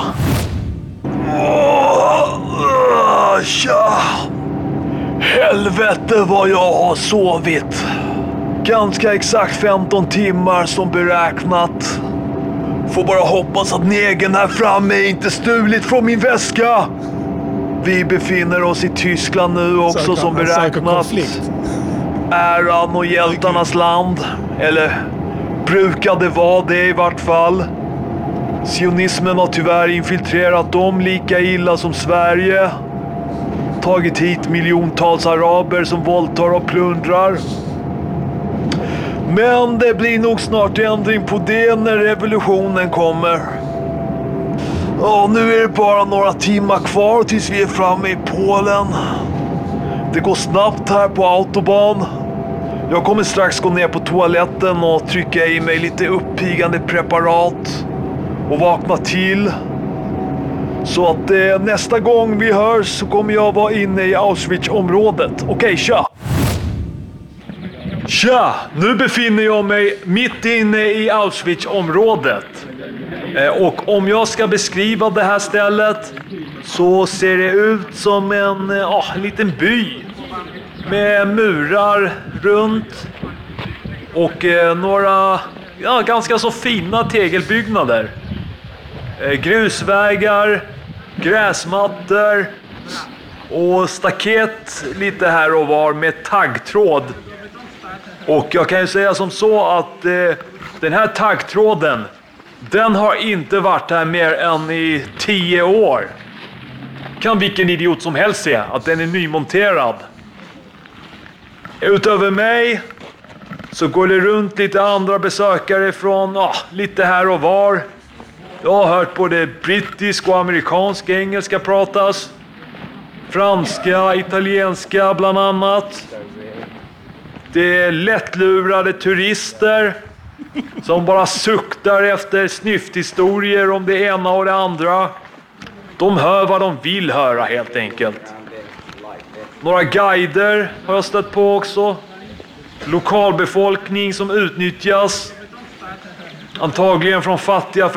Oh, tja. Helvete vad jag har sovit. Ganska exakt femton timmar som beräknat. Får bara hoppas att negern här framme inte stulit från min väska. Vi befinner oss i Tyskland nu också söker, som beräknat. Äran och hjältarnas land. Eller brukade vara det i vart fall. Sionismen har tyvärr infiltrerat dem lika illa som Sverige. Tagit hit miljontals araber som våldtar och plundrar. Men det blir nog snart ändring på det när revolutionen kommer. Ja, nu är det bara några timmar kvar tills vi är framme i Polen. Det går snabbt här på autobahn. Jag kommer strax gå ner på toaletten och trycka i mig lite uppiggande preparat och vakna till. Så att eh, nästa gång vi hörs så kommer jag vara inne i Auschwitz-området. Okej, tja! Tja! Nu befinner jag mig mitt inne i Auschwitz-området. Och om jag ska beskriva det här stället så ser det ut som en, ja, en liten by med murar runt och eh, några ja, ganska så fina tegelbyggnader. Eh, grusvägar, gräsmattor och staket lite här och var med taggtråd. Och jag kan ju säga som så att eh, den här taggtråden, den har inte varit här mer än i tio år. Kan vilken idiot som helst se att den är nymonterad. Utöver mig så går det runt lite andra besökare från ah, lite här och var. Jag har hört både brittisk och amerikansk engelska pratas. Franska, italienska bland annat. Det är lättlurade turister som bara suktar efter snyfthistorier om det ena och det andra. De hör vad de vill höra helt enkelt. Några guider har jag stött på också. Lokalbefolkning som utnyttjas. Antagligen från fattiga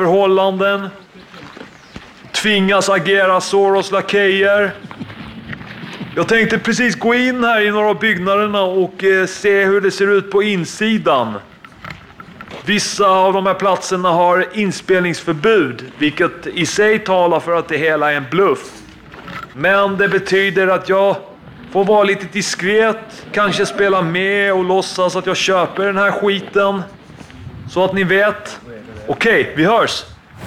förhållanden. Tvingas agera Soros lakejer. Jag tänkte precis gå in här i några av byggnaderna och eh, se hur det ser ut på insidan. Vissa av de här platserna har inspelningsförbud, vilket i sig talar för att det hela är en bluff. Men det betyder att jag får vara lite diskret, kanske spela med och låtsas att jag köper den här skiten. Så att ni vet. Okej, okay, vi hörs.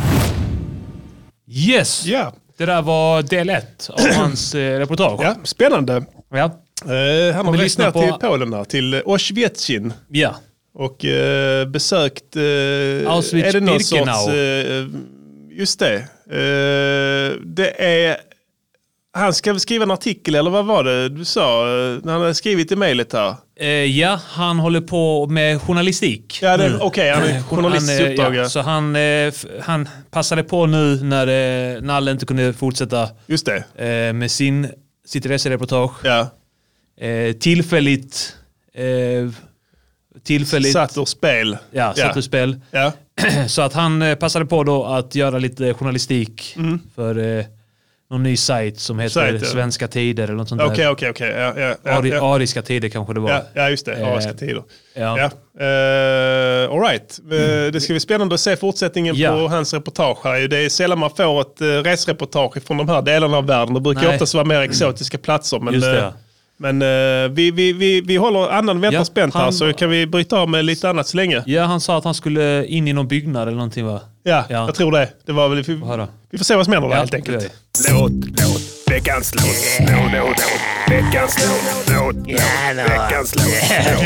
Yes! Ja. Det där var del ett av hans eh, reportage. Ja, spännande. Ja. Uh, han har rest ner till Polen där, till Auschwitzin. Ja. Och uh, besökt... Uh, Auschwitz, är det någon Birkenau. sorts... Uh, just det. Uh, det är... Han ska skriva en artikel, eller vad var det du sa? När han hade skrivit i mejlet här. Uh, ja, han håller på med journalistik. Ja, okej. Okay, han är journalistisk han, uppdrag. Ja, så han, uh, han passade på nu när uh, Nalle inte kunde fortsätta just det. Uh, med sin, sitt resereportage. Ja. Uh, tillfälligt... Uh, tillfälligt... Satt ur spel. Ja, satt ur spel. Ja. Så att han uh, passade på då att göra lite journalistik mm. för... Uh, någon ny sajt som heter sajt, ja. Svenska Tider eller något sånt okay, där. Okej, okej, okej. Ari, Ariska Tider kanske det var. Ja, ja just det. Ariska Tider. Ja. Ja. Uh, all right. Uh, det ska bli spännande att se fortsättningen ja. på hans reportage här. Det är sällan man får ett uh, resreportage från de här delarna av världen. Det brukar oftast vara mer exotiska platser. Men, just det, ja. uh, men uh, vi, vi, vi, vi håller annan väntar ja, spänt här han, så kan vi bryta av med lite annat så länge. Ja, han sa att han skulle in i någon byggnad eller någonting, va? Ja, ja. jag tror det. Det var väl... Vi, vi får se vad som händer där ja, helt enkelt. Låt, låt, veckans låt, låt, låt, låt, veckans låt, låt, låt, veckans låt,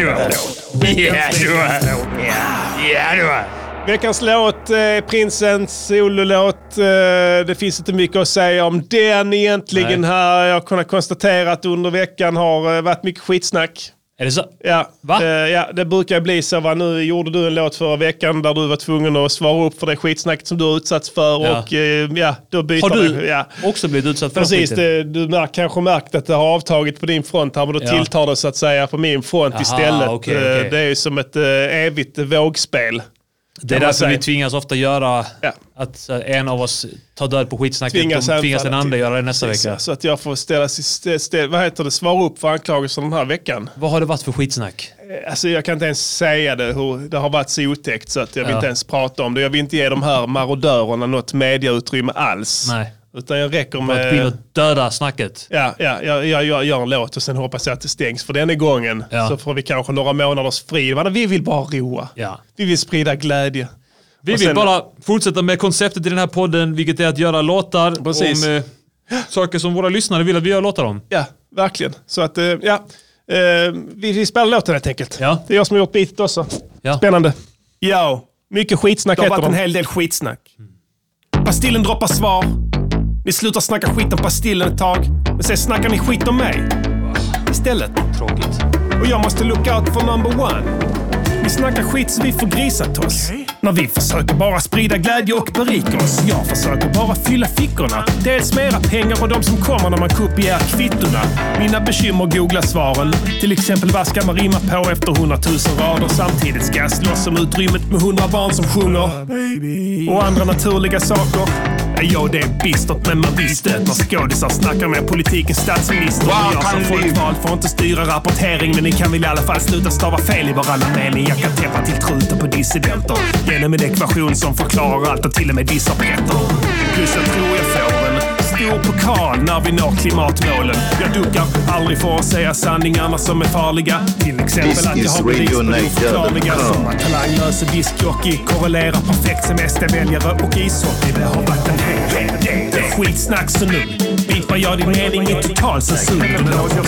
låt, veckans låt, eh, Prinsens sololåt. Eh, det finns inte mycket att säga om den egentligen. Nej. Här. Jag har kunnat konstatera att under veckan har eh, varit mycket skitsnack. Är det så? Ja, Va? Eh, ja, det brukar bli så. Va? Nu gjorde du en låt förra veckan där du var tvungen att svara upp för det skitsnacket som du har utsatts för. Ja. Och eh, ja, då byter har du det, ja. också blivit utsatt för precis, det, du märk, kanske märkt att det har avtagit på din front här, men då ja. tilltar det så att säga på min front Aha, istället. Okay, okay. Det är ju som ett eh, evigt vågspel. Det är därför vi tvingas ofta göra ja. att en av oss tar död på skitsnacket tvingas och tvingas den andra göra det nästa vecka. Så att jag får ställa ställ, ställ, vad heter det, svara upp för anklagelser den här veckan. Vad har det varit för skitsnack? Alltså jag kan inte ens säga det, hur det har varit så otäckt så att jag vill ja. inte ens prata om det. Jag vill inte ge de här marodörerna något mediautrymme alls. Nej. Utan jag räcker med... Att gå in och döda snacket. Ja, ja jag, jag, jag gör en låt och sen hoppas jag att det stängs för den är gången. Ja. Så får vi kanske några månaders fri. Vi vill bara roa. Ja. Vi vill sprida glädje. Vi vill sen... bara fortsätta med konceptet i den här podden, vilket är att göra låtar Precis. om eh, saker som våra lyssnare vill att vi gör låtar om. Ja, verkligen. Så att, eh, ja, eh, vi, vi spelar låten helt enkelt. Ja. Det är jag som har gjort beatet också. Ja. Spännande. Ja, mycket skitsnack heter de. Det har varit en hel del skitsnack. Mm. Pastillen droppar svar. Ni slutar snacka skit om Pastillen ett tag, men sen snackar ni skit om mig istället. Tråkigt. Och jag måste look out for number one. Vi snackar skit så vi får grisat oss. Okay. När vi försöker bara sprida glädje och berika oss. Jag försöker bara fylla fickorna. Dels med era pengar och de som kommer när man kopierar kvittorna. Mina bekymmer googlar svaren. Till exempel vad ska man rimma på efter hundratusen rader. Samtidigt ska jag slåss om utrymmet med hundra barn som sjunger. Baby. Och andra naturliga saker. Ja, det är bistert, men man visste att när skådisar snackar med politikens statsminister. Wow, och jag som folkval får inte styra rapportering, men ni kan väl i alla fall sluta stava fel i varannan mening. Jag kan täppa till truten på dissidenter genom en ekvation som förklarar allt och till och med dissar Peter. Plus jag tror jag får en stor pokal när vi når klimatmålen. Jag duckar aldrig för att säga sanningarna som är farliga. Till exempel This att jag har bevis på det oförklarliga. Som att talanglöse diskjockey korrelerar perfekt som S D-väljare och ishockey. Det har varit en hel del. Det är skitsnack så nu bipar jag din mening i total censur.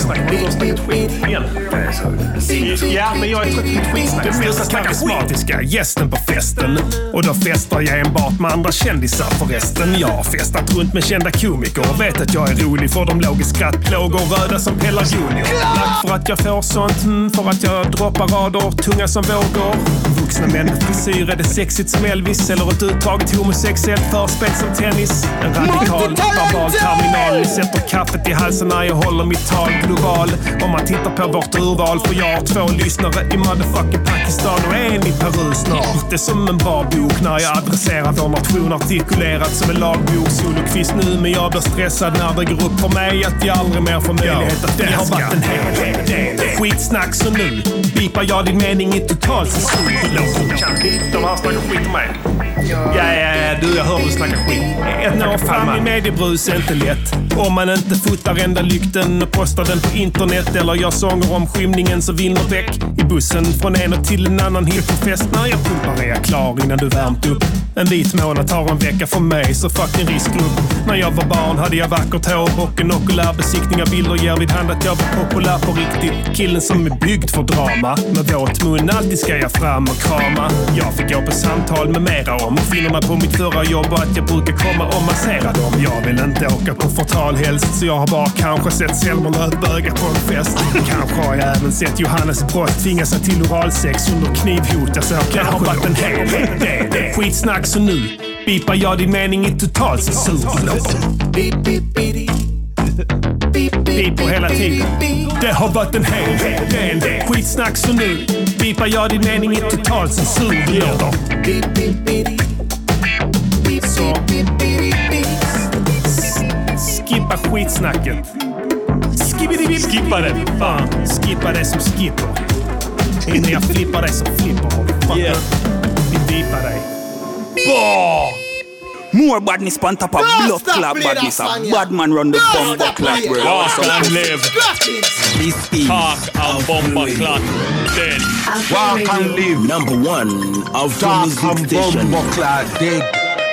Ja, men jag är trött på skitsnack. Det mest karismatiska gästen på festen. Och då festar jag enbart med andra kändisar förresten. Jag har festat runt med kända komiker och vet att jag är rolig för de låg i skrattplågor röda som Pellar Junior. Lack för att jag får sånt, mm, för att jag droppar rader tunga som vågor. vuxna män. Frisyr, är det sexigt som Elvis eller ett uttaget homosexuellt förspel som tennis? En radikal, verbal terminal. Ni sätter kaffet i halsen när jag håller mitt tal global. Om man tittar på vårt urval, för jag har två lyssnare i motherfucking Pakistan och en i Peru snart. Det är som en bra bok när jag adresserar vår nation, artikulerat som en lagbok. Solokvist nu, men jag blir stressad när det går upp för mig att jag aldrig mer får möjlighet att det har varit en hel del skitsnack, så nu bipar jag din mening i total censur. De här snackar skit om mig. Ja, ja, ja, du, jag hör du snackar skit. Ett nå fram i mediebrus är inte lätt. Om man inte fotar ända lykten och postar den på internet, eller gör sånger om skymningen så vinner däck i bussen från en och till en annan hiphopfest. När jag pumpar är jag klar innan du värmt upp. En vit månad tar en vecka för mig, så fucking riskgrupp. När jag var barn hade jag vackert hår och en okulär besiktning av bilder ger vid hand att jag var populär på riktigt. Killen som är byggd för drama, med våt mun alltid ska jag fram och krama. Jag fick gå på samtal med mera om kvinnorna på mitt förra jobb och att jag brukar komma och massera dem. Jag vill inte åka på förtal helst, så jag har bara kanske sett Selmer Löfböga på en fest. Kanske har jag även sett Johannes Brott tvinga sig till oralsex under knivhot. Jag säger kanske har varit en hel del skitsnack, så nu bipar jag din mening i total censur. Bipar hela tiden. Det har varit en hel del skitsnack, så nu bipar jag din mening i total censur. Så skippa skitsnacket. Skippa det. Fan, skippa det som skippar. Innan jag flippar dig som flippar. Yeah. Vi bipar dig. More badness on top of blood club badness. A bad man run the bomb club. Walk and live. Talk and bomba club. Dead. Walk and live. Number one of Talk and bomba club.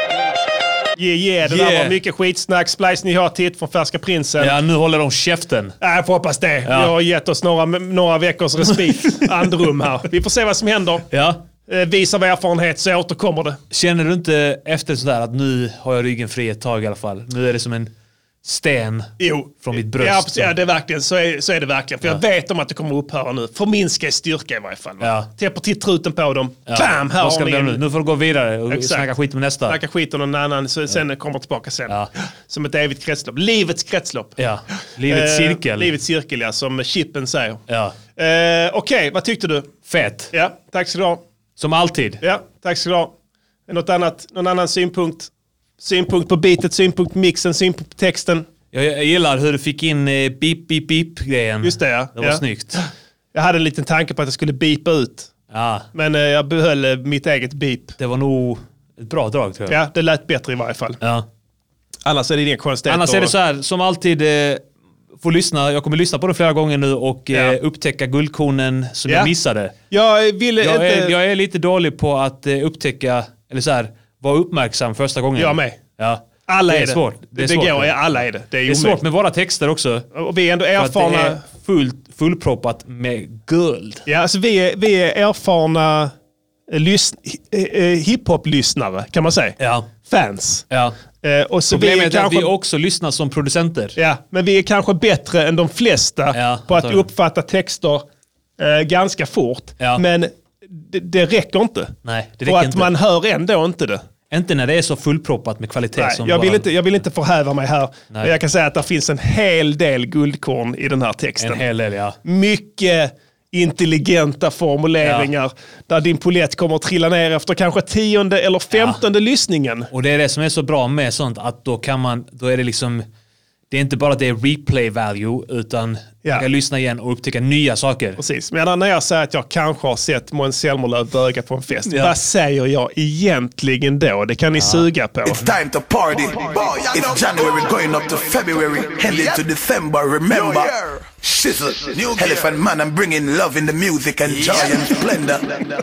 Yeah, yeah, det yeah. Där var mycket skitsnack. Splice, ni har titt från Färska Prinsen. Ja, nu håller de käften. Nej, jag får hoppas det. Ja. Vi har gett oss några, några veckors respit. Andrum här. Vi får se vad som händer. Ja. Vis av erfarenhet så återkommer det. Känner du inte efter sådär att nu har jag ryggen fri ett tag i alla fall? Nu är det som en sten jo. Från mitt bröst. Ja, ja det är verkligen, så, är, så är det verkligen. För ja. Jag vet om att det kommer upphöra nu. Förminska i styrka i varje fall. Ja. Täpper till truten på dem. Ja. Bam! Här ska har nu? nu får du gå vidare och Exakt. Snacka skit med nästa. Snacka skit om någon annan, så sen ja. Kommer tillbaka sen. Ja. Som ett evigt kretslopp. Livets kretslopp. Ja. Livets cirkel. Eh, livets cirkel, ja. Som Chippen säger. Ja. Eh, Okej, okay, vad tyckte du? Fett. Ja, tack så du ha. Som alltid. Ja, tack så du ha. Något annat, någon annan synpunkt? Synpunkt på beatet, synpunkt på mixen, synpunkt på texten? Jag, jag gillar hur du fick in eh, beep, beep, beep-grejen. Just det, ja. Det var ja. Snyggt. Jag hade en liten tanke på att jag skulle beepa ut. Ja. Men eh, jag behöll eh, mitt eget beep. Det var nog ett bra drag, tror jag. Ja, det lät bättre i varje fall. Ja. Annars är det inga konstigheter. Annars är det så här, som alltid... Eh, får lyssna. Jag kommer lyssna på det flera gånger nu och ja. eh, upptäcka guldkornen som ja. jag missade. Jag, vill jag, inte... är, jag är lite dålig på att eh, upptäcka, eller så här, vara uppmärksam första gången. Jag med. Ja. Alla det är, är det. Svårt. Det, är det svårt. går, ja, alla är det. Det är, det är svårt med våra texter också. Och vi är ändå erfarna... Det är fullt, fullproppat med guld. Ja, alltså vi är, vi är erfarna lys, hiphop-lyssnare, kan man säga. Ja. Fans. Ja. Eh, och så Problemet vi är, är kanske, att vi också lyssnar som producenter. Ja, men vi är kanske bättre än de flesta ja, på att uppfatta texter eh, ganska fort. Ja. Men det, det räcker inte. Nej, det räcker räcker att inte. man hör ändå inte det. Inte när det är så fullproppat med kvalitet. Nej, som jag, vill bara... inte, jag vill inte förhäva mig här. Nej. Men jag kan säga att det finns en hel del guldkorn i den här texten. En hel del, ja. Mycket intelligenta formuleringar ja. Där din polett kommer att trilla ner efter kanske tionde eller femtonde ja. lyssningen. Och det är det som är så bra med sånt, att då kan man, då är det liksom, det är inte bara att det är replay value, utan ja. man kan lyssna igen och upptäcka nya saker. Precis, men när jag säger att jag kanske har sett Måns Zelmerlöw böga på en fest, ja. vad säger jag egentligen då? Det kan ni ja. suga på. It's time to party. It's January going up to February, heading to December, remember. Shizzle, Elephant Man, I'm bringing love in the music and joy and splendor.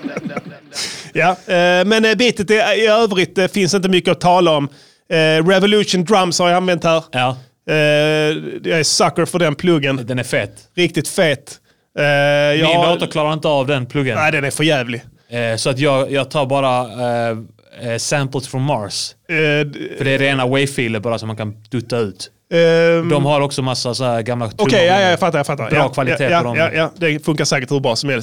Ja, eh, men bitet i, i övrigt det finns inte mycket att tala om. Eh, Revolution Drums har jag använt här. Ja. Eh, jag är sucker för den pluggen. Den är fet. Riktigt fet. Eh, Min jag... dator klarar inte av den pluggen. Nej, den är för jävlig. Eh, så att jag, jag tar bara eh, samples from Mars. Eh, för det är rena wave-filer bara som man kan dutta ut. Um, de har också massa så här gamla trummor. Okej, okay, ja, ja, jag fattar, jag fattar. Bra ja, kvalitet ja, på dem. Ja, ja, det funkar säkert hur bra som helst.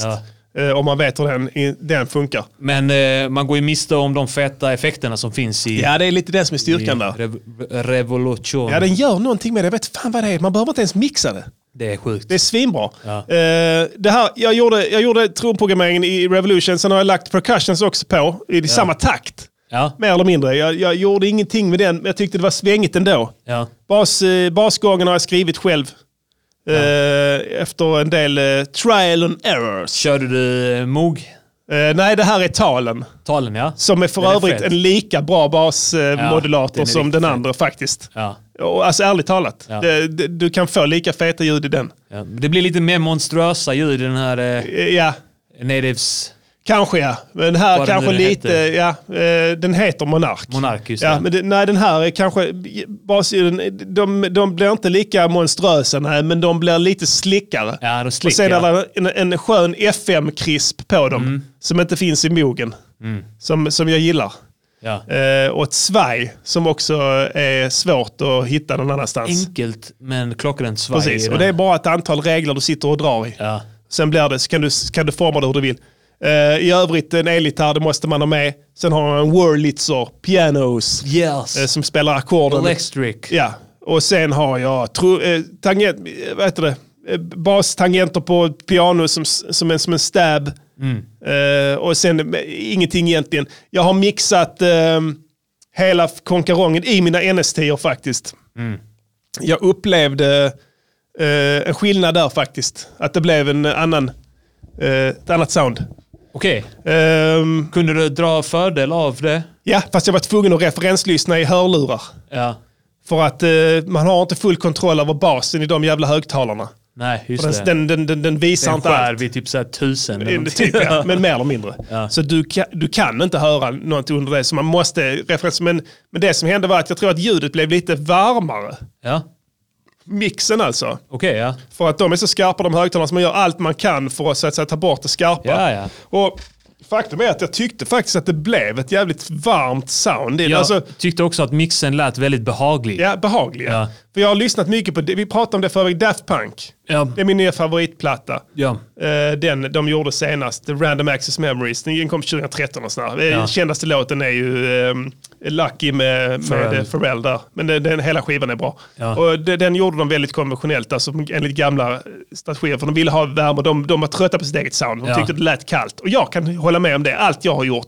Eh, om man vet hur den, den funkar. Men eh, man går ju miste om de feta effekterna som finns i... Ja, det är lite den som är styrkan där. Rev- Revolution. Ja, den gör någonting med det. Jag vet fan vad det är. Man behöver inte ens mixa det. Det är sjukt. Det är svinbra. Ja. Eh, det här, jag gjorde, jag gjorde trumprogrammeringen i Revolution, sen har jag lagt percussions också på i ja. samma takt. Ja. Mer eller mindre. Jag, jag gjorde ingenting med den, men jag tyckte det var svängigt ändå. Ja. Bas, eh, basgången har jag skrivit själv. Ja. Eh, efter en del eh, trial and errors. Körde du eh, Moog? Eh, nej, det här är talen. Talen, ja. Som är för är övrigt fet. En lika bra basmodulator eh, ja, som den andra fet. faktiskt. Ja. Och, alltså ärligt talat. Ja. Det, det, du kan få lika feta ljud i den. Ja. Det blir lite mer monstruösa ljud i den här eh, ja. Natives... Kanske ja, men här Vad kanske lite, heter? ja, eh, den heter Monark. Monark, just ja, det. Men det, nej, den här är kanske, basljuden, de, de blir inte lika monströsa, nej, men de blir lite slickare. Ja, de slickar. Och sen är det en, en skön F M-krisp på dem, mm. som inte finns i Moogen, mm. som, som jag gillar. Ja. Eh, och ett svaj som också är svårt att hitta någon annanstans. Enkelt, men klockrent svaj. Precis, och det är bara ett antal regler du sitter och drar i. Ja. Sen blir det, så kan du, kan du forma det hur du vill. Uh, I övrigt en elgitarr, det måste man ha med. Sen har man en Wurlitzer pianos yes. uh, som spelar ackorden. Electric. Ja, och sen har jag tro, uh, tangent, vad heter det? Uh, bastangenter på piano som, som, en, som en stab. Mm. Uh, och sen uh, ingenting egentligen. Jag har mixat uh, hela konkarongen i mina N S T-er faktiskt. Mm. Jag upplevde uh, en skillnad där faktiskt. Att det blev en annan Uh, ett annat sound. Okej. Okay. Um, Kunde du dra fördel av det? Ja, fast jag var tvungen att referenslyssna i hörlurar. Ja. För att uh, man har inte full kontroll över basen i de jävla högtalarna. Nej, just den, det. Den, den, den, den visar den inte skär allt. vid typ så här tusen. Eller typ, ja, men mer eller mindre. Ja. Så du kan, du kan inte höra något under det. Så man måste referens. Men, men det som hände var att jag tror att ljudet blev lite varmare. Ja. Mixen alltså. Okej, okay, ja. För att de är så skarpa, de högtalarna, så man gör allt man kan för att, så att säga, ta bort det skarpa. Ja, ja. Och faktum är att jag tyckte faktiskt att det blev ett jävligt varmt sound. Jag alltså, tyckte också att mixen lät väldigt behaglig. Ja, behaglig. Ja. För jag har lyssnat mycket på det. Vi pratade om det förut, Daft Punk. Ja. Det är min nya favoritplatta. Ja. Den de gjorde senast, The Random Access Memories. Den kom tjugohundratretton och sådär. Ja. Den kändaste låten är ju um, Lucky med, med Pharrell. Pharrell där. Men den, den, hela skivan är bra. Ja. Och den, den gjorde de väldigt konventionellt, alltså enligt gamla strategier. För de ville ha värme, de, de var trötta på sitt eget sound. De ja. tyckte det lät kallt. Och jag kan hålla med om det. Allt jag har gjort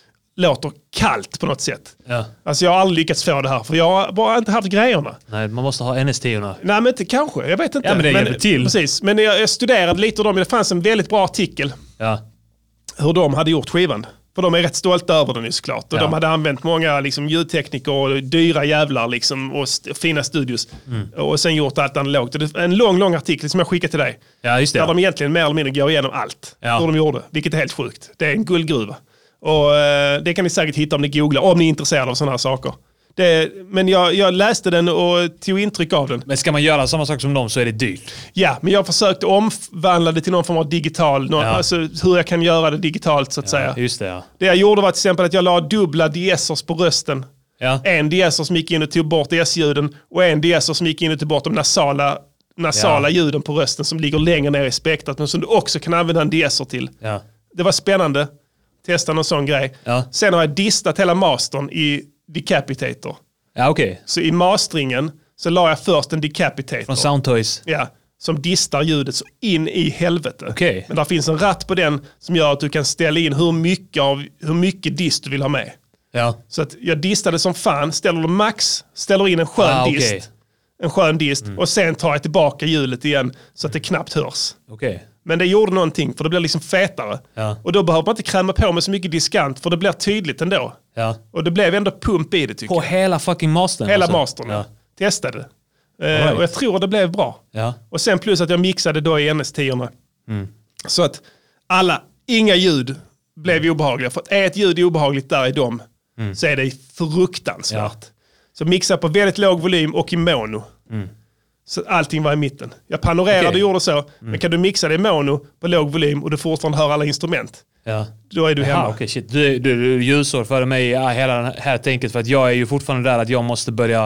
låter kallt på något sätt. Ja. Alltså jag har aldrig lyckats få det här, för jag har bara inte haft grejerna. Nej, man måste ha N S T-erna. Nej, men inte kanske. Jag vet inte. Ja, men det hjälper till. Precis. Men jag, jag studerade lite av dem. Det fanns en väldigt bra artikel. Ja. Hur de hade gjort skivan. För de är rätt stolta över den ju såklart. Och ja. de hade använt många liksom, ljudtekniker och dyra jävlar liksom, och st- fina studios. Mm. Och sen gjort allt analogt. Och det är en lång, lång artikel som jag skickade till dig. Ja, just det. Där de egentligen mer eller mindre går igenom allt. Ja. Hur de gjorde. Vilket är helt sjukt. Det är en guldgruva. Och eh, det kan ni säkert hitta om ni googlar. Om ni är intresserade av sådana här saker. Det, men jag, jag läste den och tog intryck av den. Men ska man göra samma sak som dem så är det dyrt. Ja, men jag försökte omvandla det till någon form av digital. Någon, ja. Alltså hur jag kan göra det digitalt så att ja, säga. Just det, ja. Det jag gjorde var till exempel att jag la dubbla diessers på rösten. Ja. En diesser som gick in och tog bort S-ljuden. Och en diesser som gick in och tog bort de nasala, nasala ja. ljuden på rösten som ligger längre ner i spektrat. Men som du också kan använda en diesser till. Ja. Det var spännande. Testa någon sån grej. Ja. Sen har jag distat hela mastern i Decapitator. Ja, okej. Okay. Så i mastringen så la jag först en Decapitator. Från Soundtoys. Ja, som distar ljudet så in i helvete. Okay. Men där finns en ratt på den som gör att du kan ställa in hur mycket, av, hur mycket dist du vill ha med. Ja. Så att jag distade som fan, ställer du max, ställer in en skön ah, dist. Okay. En skön dist mm. och sen tar jag tillbaka ljudet igen så att det knappt hörs. Okay. Men det gjorde någonting för det blir liksom fetare. Ja. Och då behöver man inte kräma på med så mycket diskant för det blir tydligt ändå. Ja. Och det blev ändå pump i det tycker på jag. På hela fucking mastern? Hela alltså. mastern, ja. Testade. Uh, right. Och jag tror det blev bra. Ja. Och sen plus att jag mixade då i N S tio-orna. Mm. Så att alla, inga ljud blev obehagliga. För att är ett ljud obehagligt där i dem mm. så är det fruktansvärt. Ja. Så mixa på väldigt låg volym och i mono. Mm. Så allting var i mitten. Jag panorerade okay. och gjorde så. Mm. Men kan du mixa det i mono på låg volym och du fortfarande hör alla instrument. Ja. Då är du Aha, hemma. Okay, shit. Du, du, du ljusår före mig ja, hela det här tänket. För att jag är ju fortfarande där att jag måste börja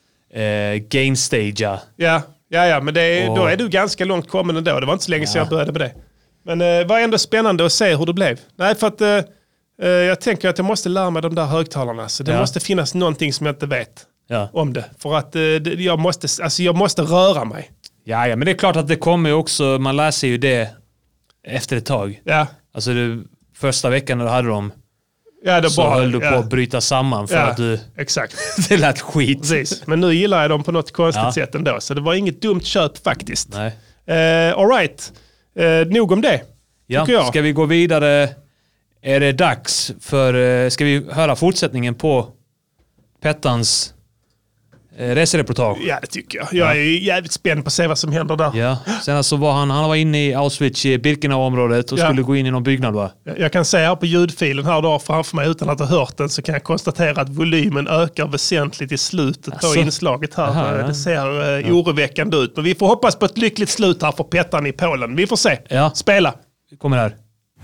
eh, gainstagea. Ja, ja, ja men det är, och... då är du ganska långt kommen ändå. Det var inte så länge sedan ja. jag började med det. Men det var ändå spännande att se hur det blev. Nej, för att eh, eh, jag tänker att jag måste lära mig de där högtalarna. Så det Ja. måste finnas någonting som jag inte vet Ja. om det. För att eh, det, jag, måste, alltså, jag måste röra mig. Ja, ja, men det är klart att det kommer ju också, man lär sig ju det efter ett tag. Ja. Alltså det, första veckan när du hade dem Ja, det så bara, höll du ja. på att bryta samman för Ja, att du... exakt. det lät skit. Precis. Men nu gillar jag dem på något konstigt Ja. sätt ändå. Så det var inget dumt köp faktiskt. Nej. Uh, all right. Uh, nog om det. Ja, tycker jag. ska vi gå vidare? Är det dags för... eh, Ska vi höra fortsättningen på Pettans eh, resereportage? Ja, det tycker jag. Jag är jävligt spänd på att se vad som händer där. Ja, sen alltså var han, han var inne i Auschwitz i Birkenau-området och Ja. skulle gå in i någon byggnad, va? Jag jag kan se här på ljudfilen här då framför mig utan att ha hört den, så kan jag konstatera att volymen ökar väsentligt i slutet Alltså. på inslaget här. Aha, ja. Det ser uh, oroväckande ut. Men vi får hoppas på ett lyckligt slut här för Pettan i Polen. Vi får se. Ja. Spela. Vi kommer här.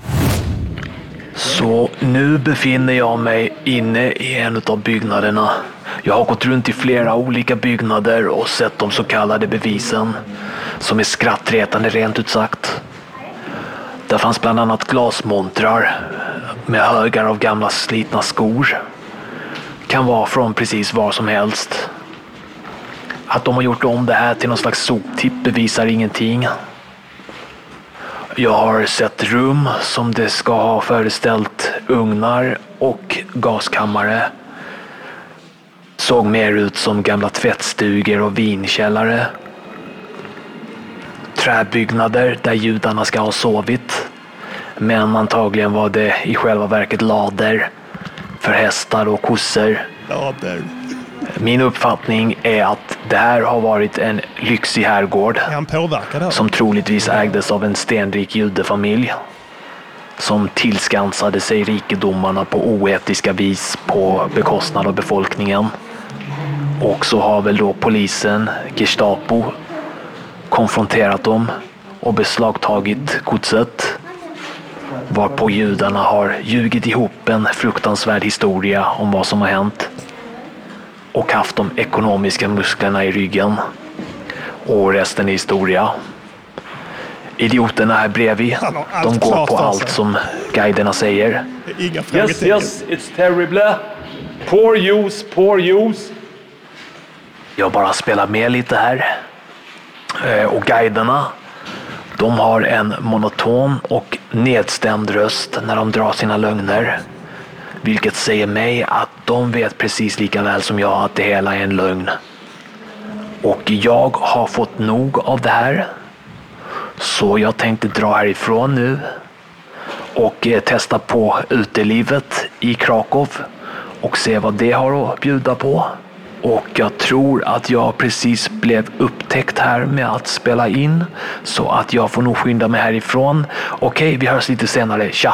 Så nu befinner jag mig inne i en av byggnaderna. Jag har gått runt i flera olika byggnader och sett de så kallade bevisen, som är skrattretande rent ut sagt. Där fanns bland annat glasmontrar med högar av gamla slitna skor. Kan vara från precis var som helst. Att de har gjort om det här till någon slags soptipp bevisar ingenting. Jag har sett rum som det ska ha föreställt ugnar och gaskammare. Såg mer ut som gamla tvättstugor och vinkällare. Träbyggnader där judarna ska ha sovit. Men antagligen var det i själva verket lader för hästar och kossor. Lader. Min uppfattning är att det här har varit en lyxig herrgård Är han påverkad här? som troligtvis ägdes av en stenrik judefamilj som tillskansade sig rikedomarna på oetiska vis på bekostnad av befolkningen. Och så har väl då polisen, Gestapo, konfronterat dem och beslagtagit godset, varpå judarna har ljugit ihop en fruktansvärd historia om vad som har hänt och haft de ekonomiska musklerna i ryggen. Och resten är historia. Idioterna här bredvid, de går på allt som guiderna säger. Inga Yes, frågetecken. yes, it's terrible. Poor use, poor use. Jag bara spelar med lite här. Eh, Och guiderna, de har en monoton och nedstämd röst när de drar sina lögner. Vilket säger mig att de vet precis lika väl som jag att det hela är en lögn. Och jag har fått nog av det här. Så jag tänkte dra härifrån nu och eh, testa på utelivet i Krakow och se vad det har att bjuda på. Och jag tror att jag precis blev upptäckt här med att spela in, så att jag får nog skynda mig härifrån. Okej, vi hörs lite senare. Tja!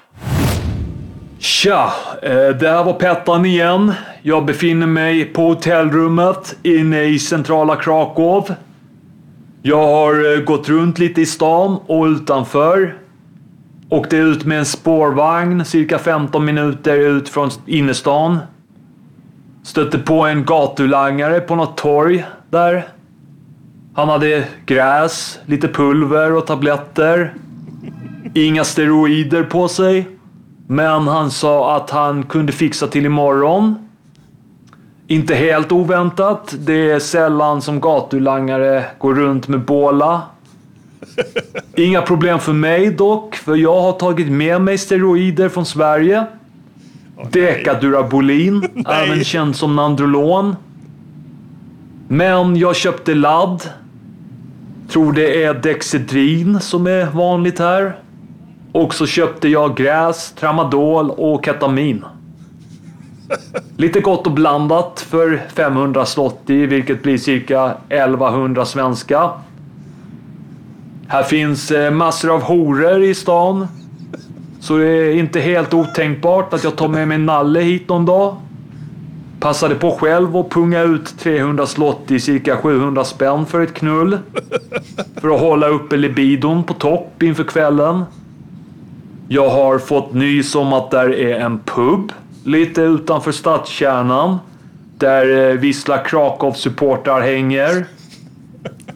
Tja, eh, det här var Pettan igen. Jag befinner mig på hotellrummet inne i centrala Krakow. Jag har eh, gått runt lite i stan och utanför. Åkte ut med en spårvagn cirka femton minuter ut från innerstan. Stötte på en gatulangare på något torg där. Han hade gräs, lite pulver och tabletter. Inga steroider på sig. Men han sa att han kunde fixa till imorgon. Inte helt oväntat. Det är sällan som gatulangare går runt med båla. Inga problem för mig dock, för jag har tagit med mig steroider från Sverige. Decadurabolin, även känd som Nandrolon. Men jag köpte ladd. Tror det är Dexedrin som är vanligt här. Och så köpte jag gräs, tramadol och ketamin. Lite gott och blandat för femhundra zloty, vilket blir cirka elvahundra svenska. Här finns massor av horor i stan. Så det är inte helt otänkbart att jag tar med mig Nalle hit någon dag. Passade på själv och punga ut trehundra zloty, cirka sjuhundra spänn för ett knull. För att hålla uppe libidon på topp inför kvällen. Jag har fått nys om att där är en pub lite utanför stadskärnan. Där Wisla Krakow supportrar hänger.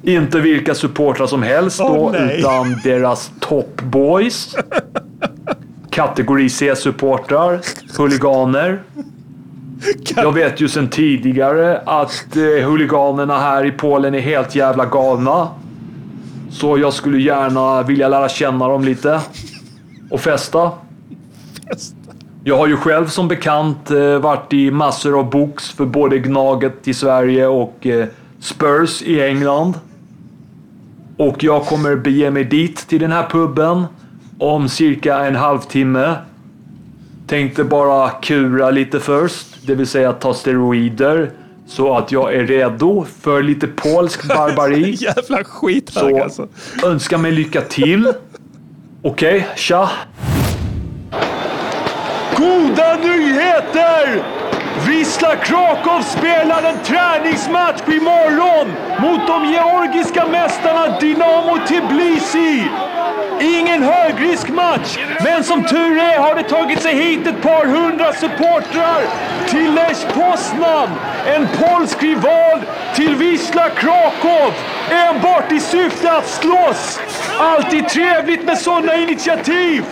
Inte vilka supportrar som helst då, oh, utan deras top boys. Kategori C-supportrar, huliganer. Jag vet ju sedan tidigare att eh, huliganerna här i Polen är helt jävla galna. Så jag skulle gärna vilja lära känna dem lite. Och festa. Jag har ju själv som bekant eh, varit i massor av box för både Gnaget i Sverige och eh, Spurs i England. Och jag kommer bege mig dit till den här puben om cirka en halvtimme. Tänkte bara kura lite först, det vill säga ta steroider så att jag är redo för lite polsk barbari. Jävla skit här, så alltså. Önska mig lycka till. Okej, okay, tja. Goda nyheter! Wisla Krakow spelar en träningsmatch imorgon mot de georgiska mästarna Dynamo Tbilisi. Ingen högriskmatch, men som tur är har det tagit sig hit ett par hundra supportrar till Lech Poznan, en polsk rival till Wisla Krakow, enbart i syfte att slåss. Alltid trevligt med sådana initiativ.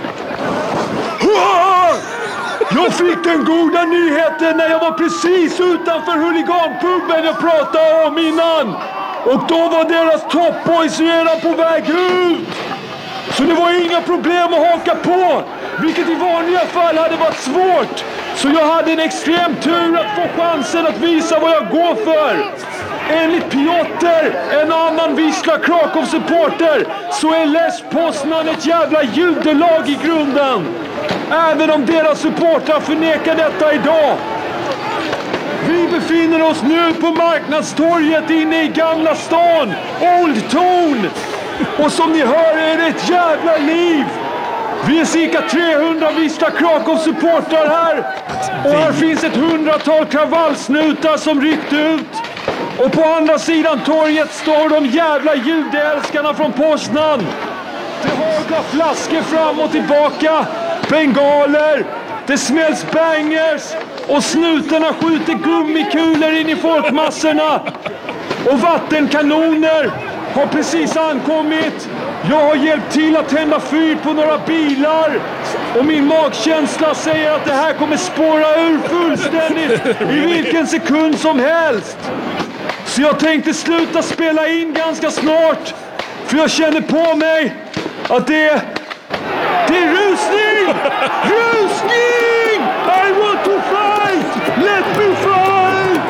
Jag fick den goda nyheten när jag var precis utanför huliganpuben jag pratade om innan. Och då var deras topboys redan på väg ut. Så det var inga problem att haka på, vilket i vanliga fall hade varit svårt. Så jag hade en extrem tur att få chansen att visa vad jag går för. Enligt Piotr, en annan Wisla Krakow-supporter, så är Lech Poznan ett jävla judelag i grunden. Även om deras supportrar förnekar detta idag. Vi befinner oss nu på marknadstorget inne i Gamla stan, Old Town. Och som ni hör är det ett jävla liv. Vi är cirka trehundra Wisla Krakow-supportrar här. Och här finns ett hundratal kravallsnutar som ryckt ut. Och på andra sidan torget står de jävla judeälskarna från Poznan. Det haglar flaskor fram och tillbaka, bengaler, det smälls bangers och snutarna skjuter gummikulor in i folkmassorna. Och vattenkanoner har precis ankommit. Jag har hjälpt till att tända fyr på några bilar. Och min magkänsla säger att det här kommer spåra ur fullständigt i vilken sekund som helst. Så jag tänkte sluta spela in ganska snart. För jag känner på mig att det är... Det är rusning! Rusning! I want to fight! Let me fight!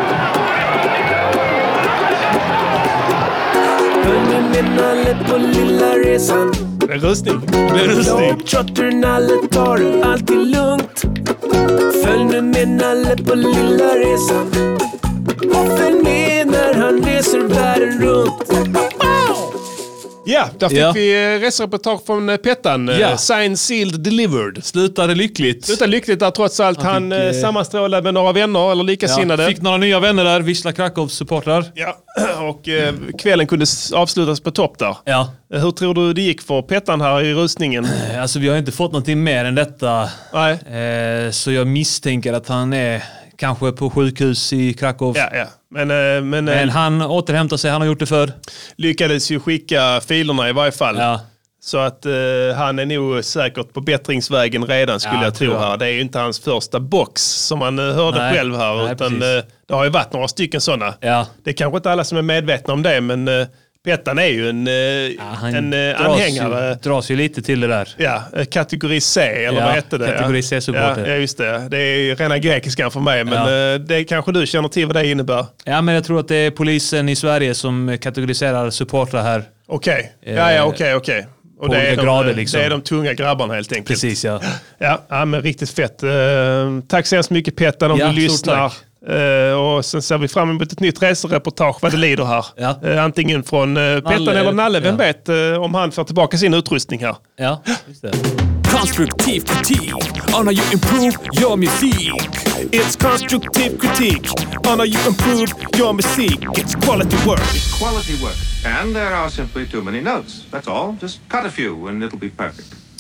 Följ med Nalle på lilla resan. Det är rusning. Det är rusning. Globetrotter Nalle tar det alltid lugnt. Följ nu med Nalle på lilla resan. Följ med när han reser världen runt. Ja, där fick ja. vi resereportage från Pettan. Ja. Signed, sealed, delivered. Slutade lyckligt. Slutade lyckligt där trots allt. Han, han fick, eh, sammanstrålade med några vänner eller likasinnade. Ja, fick några nya vänner där, Wisla Krakows supportrar. Ja, och eh, kvällen kunde avslutas på topp där. Ja. Hur tror du det gick för Pettan här i rusningen? Alltså vi har inte fått någonting mer än detta. Nej. Eh, så jag misstänker att han är kanske på sjukhus i Krakow. Ja, ja. Men, eh, men, men han återhämtar sig, han har gjort det för. Lyckades ju skicka filerna i varje fall. Ja. Så att eh, han är nog säkert på bättringsvägen redan skulle ja, jag tro här. Det är ju inte hans första box som man eh, hörde Nej. själv här. Nej, utan eh, det har ju varit några stycken sådana. Ja. Det är kanske inte alla som är medvetna om det, men eh, Pettan är ju en, ja, en dras anhängare. Ju, dras ju lite till det där. Ja, kategori C eller ja, vad heter det? Kategori C-supporter. Ja, just det. Det är rena grekiskan för mig, men ja. det kanske du känner till vad det innebär. Ja, men jag tror att det är polisen i Sverige som kategoriserar supportrar här. Okej, okay. ja, ja, okej, okej. Och det är, de, grader, liksom. det är de tunga grabbarna helt enkelt. Precis, ja. Ja, ja men riktigt fett. Uh, tack så hemskt mycket Pettan om ja, du lyssnar. Uh, och sen ser vi fram emot ett nytt resereportage vad det lider här. Ja. Uh, antingen från uh, Pettan Nalle, eller Nalle, vem ja. vet uh, om han får tillbaka sin utrustning här. Ja, just det. Konstruktiv kritik on how you improve your music. It's constructive critique on how you improve your music. It's quality work. It's quality work. And there are simply too many notes. That's all. Just cut a few and it'll be perfect.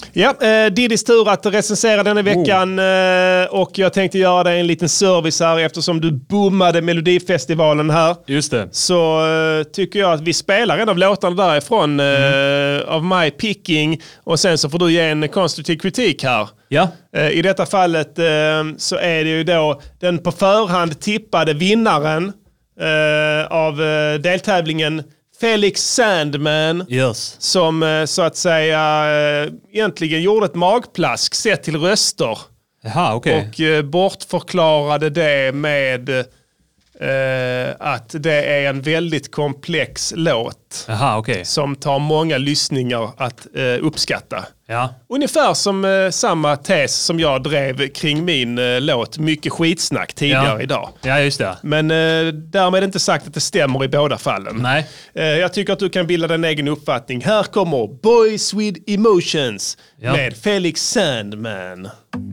Ja, eh, Didis tur att recensera denna veckan oh. eh, och jag tänkte göra dig en liten service här eftersom du boomade Melodifestivalen här. Just det. Så eh, tycker jag att vi spelar en av låtarna därifrån mm. eh, av My Picking och sen så får du ge en konstruktiv kritik här. Ja. Eh, I detta fallet eh, så är det ju då den på förhand tippade vinnaren eh, av eh, deltävlingen Felix Sandman, yes. som så att säga egentligen gjorde ett magplask sett till röster. Jaha, okay. Och bortförklarade det med eh, att det är en väldigt komplex låt. Jaha, okay. Som tar många lyssningar att eh, uppskatta. Ja. Ungefär som eh, samma tes som jag drev kring min eh, låt Mycket skitsnack tidigare ja. idag. Ja, just det. Men eh, därmed inte sagt att det stämmer i båda fallen. Nej. Eh, jag tycker att du kan bilda din egen uppfattning. Här kommer Boys with Emotions ja. med Felix Sandman.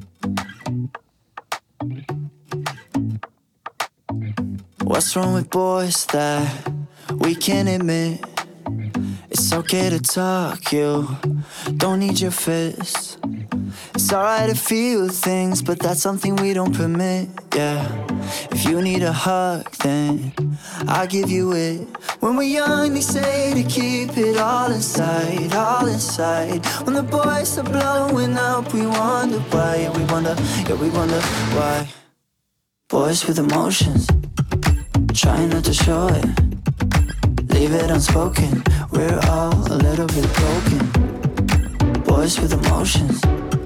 What's wrong with boys that we can't admit? It's okay to talk, you don't need your fists. It's alright to feel things, but that's something we don't permit, yeah. If you need a hug, then I'll give you it. When we're young, they say to keep it all inside, all inside. When the boys are blowing up, we wonder why, yeah, we wonder, yeah, we wonder why. Boys with emotions, trying not to show it. Leave it unspoken, we're all a little bit broken. Boys with emotions,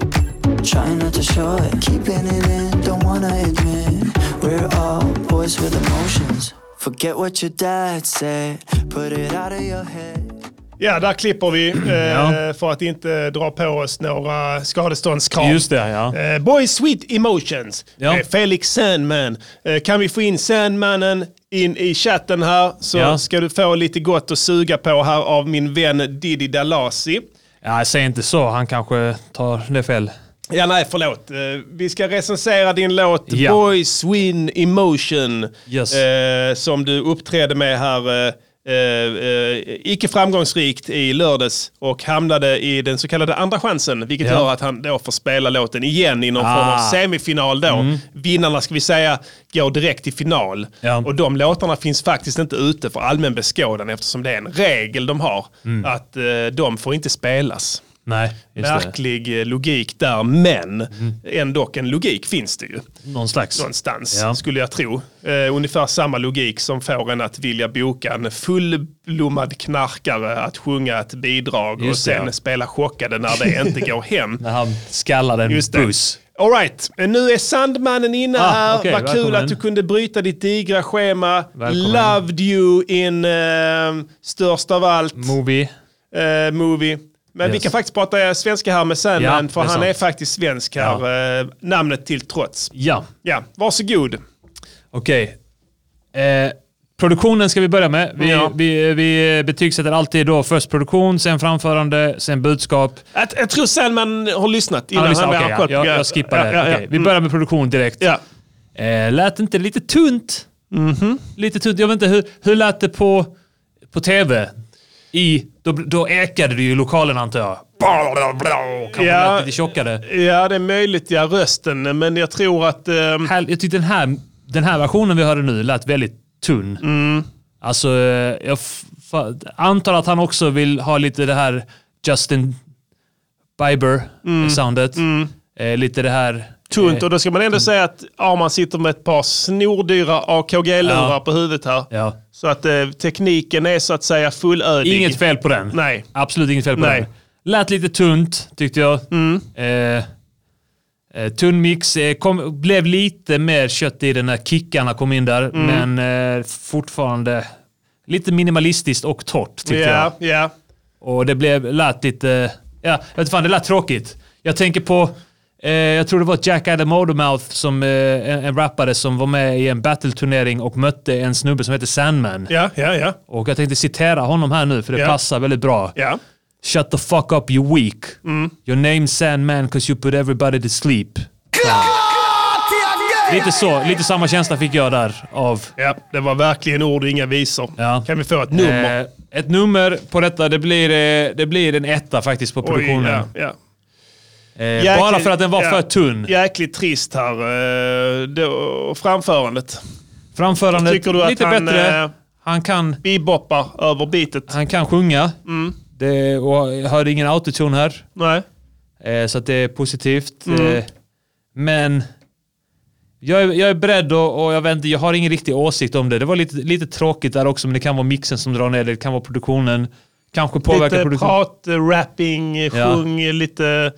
trying not to show it. Keeping it in, don't wanna admit. We're all boys with emotions. Forget what your dad said, put it out of your head. Ja, där klipper vi eh, ja. för att inte dra på oss några skadeståndskrav. Just det, ja. Eh, Boys with Emotions. Ja. Eh, Felix Sandman. Eh, kan vi få in Sandmannen in i chatten här så ja. ska du få lite gott att suga på här av min vän Didi Dalasi. Ja, jag säger inte så. Han kanske tar det fel. Ja, nej, förlåt. Eh, vi ska recensera din låt ja. Boys Win Emotion yes. eh, som du uppträdde med här eh, Uh, uh, icke framgångsrikt i lördags och hamnade i den så kallade andra chansen, vilket ja. gör att han då får spela låten igen i någon ah. form av semifinal då. Mm. Vinnarna, ska vi säga, går direkt till final. Ja. Och de låtarna finns faktiskt inte ute för allmän beskådan eftersom det är en regel de har mm. att uh, de får inte spelas. Nej, just Märklig det. logik där, men mm. ändå en logik finns det ju. Någon slags. Någonstans, ja. skulle jag tro. Eh, ungefär samma logik som får en att vilja boka en fullblommad knarkare att sjunga ett bidrag just och sen det, ja. spela chockade när det inte går hem. När han skallar en buss. All right. Nu är Sandmannen inne ah, här. Okay, vad välkommen. Kul att du kunde bryta ditt digra schema. Välkommen. Loved you in uh, störst av allt. Movie. Uh, movie. Men yes. vi kan faktiskt prata svenska här med Sandman, ja, för är han sant. är faktiskt svensk här, ja. eh, namnet till trots. Ja. Ja, varsågod. Okej. Okay. Eh, produktionen ska vi börja med. Vi, ja. vi, vi betygsätter alltid då först produktion, sen framförande, sen budskap. Jag, jag tror Sandman har lyssnat innan. Han lyssnat, han okay, ja. jag, jag skippar ja, det. Ja, ja. Okay. Vi börjar med produktion direkt. Ja. Eh, lät inte lite tunt? Mm-hmm. Lite tunt. Jag vet inte, hur, hur lät det på, på tv? I, då, då ekade det ju i lokalen, antar jag. Kanske ja, lite tjockare. Ja, det är möjligt, ja, rösten. Men jag tror att... Um... Här, jag tyckte den här, den här versionen vi hörde nu lät väldigt tunn. Mm. Alltså, jag f- antar att han också vill ha lite det här Justin Bieber-soundet. Mm. Mm. Eh, lite det här... Tunt, och då ska man ändå säga att ja, man sitter med ett par snordyra A K G-lurar ja. på huvudet här. Ja. Så att eh, tekniken är så att säga fullödig. Inget fel på den. Nej. Absolut inget fel på Nej. den. Lät lite tunt, tyckte jag. Mm. Eh, eh, tunn mix. Eh, kom, blev lite mer kött i den när kickarna kom in där. Mm. Men eh, fortfarande lite minimalistiskt och torrt, tyckte yeah, jag. Yeah. Och det blev, lät lite... Ja, jag vet fan, det lät tråkigt. Jag tänker på... Eh, jag tror det var Jack Adam Motormouth som eh, en, en rappare som var med i en battle-turnering och mötte en snubbe som heter Sandman. Ja, ja, ja. Och jag tänkte citera honom här nu för det ja. passar väldigt bra. Ja. Shut the fuck up, you weak. Mm. Your name's Sandman cause you put everybody to sleep. Ja. Lite så, lite samma känsla fick jag där av... Ja, det var verkligen ord och inga visor. Ja. Kan vi få ett nummer? Eh, ett nummer på detta, det blir, eh, det blir en etta faktiskt på produktionen. Oj, ja, ja. Eh, jäkligt, bara för att den var ja, för tunn. Jäkligt trist här. Eh, då, framförandet. Framförandet tycker du att lite han, bättre. Eh, han kan biboppar över bitet. Han kan sjunga. Mm. Det, och jag hörde ingen autotune här. Nej. Eh, så att det är positivt. Mm. Eh, men jag är, jag är beredd och, och jag vet inte, jag har ingen riktig åsikt om det. Det var lite, lite tråkigt där också, men det kan vara mixen som drar ner det. Det kan vara produktionen. Kanske påverkar lite produktionen. Lite prat, rapping, sjung, ja. lite...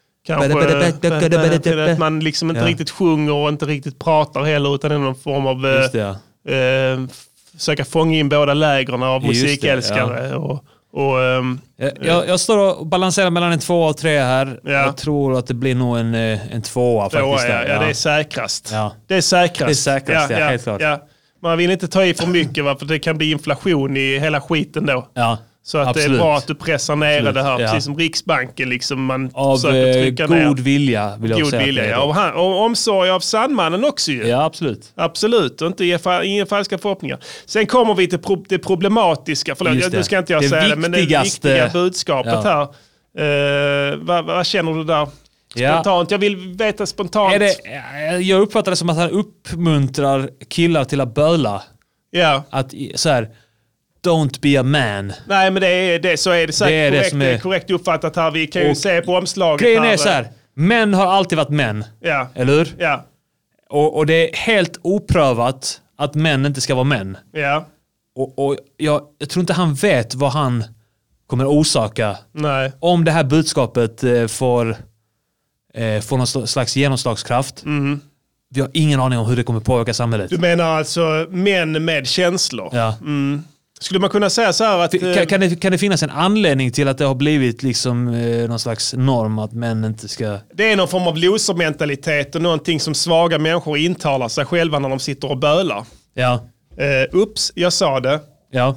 Kanske att man liksom inte ja. riktigt sjunger och inte riktigt pratar heller, utan är någon form av... Just det, ja. eh, försöka fånga in båda lägren av Just musikälskare. Det, ja. och, och, um, jag, jag, jag står och balanserar mellan en två och tre här. Ja. Jag tror att det blir nog en, en tvåa tvåa, faktiskt. Ja, ja, det är säkrast. Ja. Det är säkrast. Det är säkrast, ja, ja, ja helt klart. Ja. Man vill inte ta i för mycket, va? För det kan bli inflation i hela skiten då. Ja. Så att Absolut. det är bra att du pressar ner Absolut. det här, Ja. precis som Riksbanken. Liksom man av trycka eh, god ner. vilja vill jag god säga. Vilja, ja. och, han, och omsorg av Sandmannen också ju. Ja, absolut. Absolut, och inte ge fa- inga falska förhoppningar. Sen kommer vi till pro- det problematiska, förlåt, jag, nu ska inte jag det säga det, men det viktiga budskapet ja. här. Uh, vad, vad känner du där? Spontant, ja. Jag vill veta spontant. Är det, jag uppfattar det som att han uppmuntrar killar till att böla. Ja. Att så här, don't be a man. Nej, men det är det, så är det säkert det är korrekt, det är... korrekt uppfattat här. Vi kan ju se på omslaget. Grejen är så här, män har alltid varit män. Ja. Eller hur? Ja. Och, och det är helt oprövat att män inte ska vara män. Ja. Och, och jag, jag tror inte han vet vad han kommer orsaka. Nej. Om det här budskapet eh, får, eh, får någon slags genomslagskraft. Mm. Vi har ingen aning om hur det kommer påverka samhället. Du menar alltså män med känslor? Ja. Mm. Skulle man kunna säga så här att... Kan, kan, det, kan det finnas en anledning till att det har blivit liksom eh, någon slags norm att män inte ska... Det är någon form av losermentalitet och någonting som svaga människor intalar sig själva när de sitter och bölar. Ja. Uh, ups, jag sa det. Ja.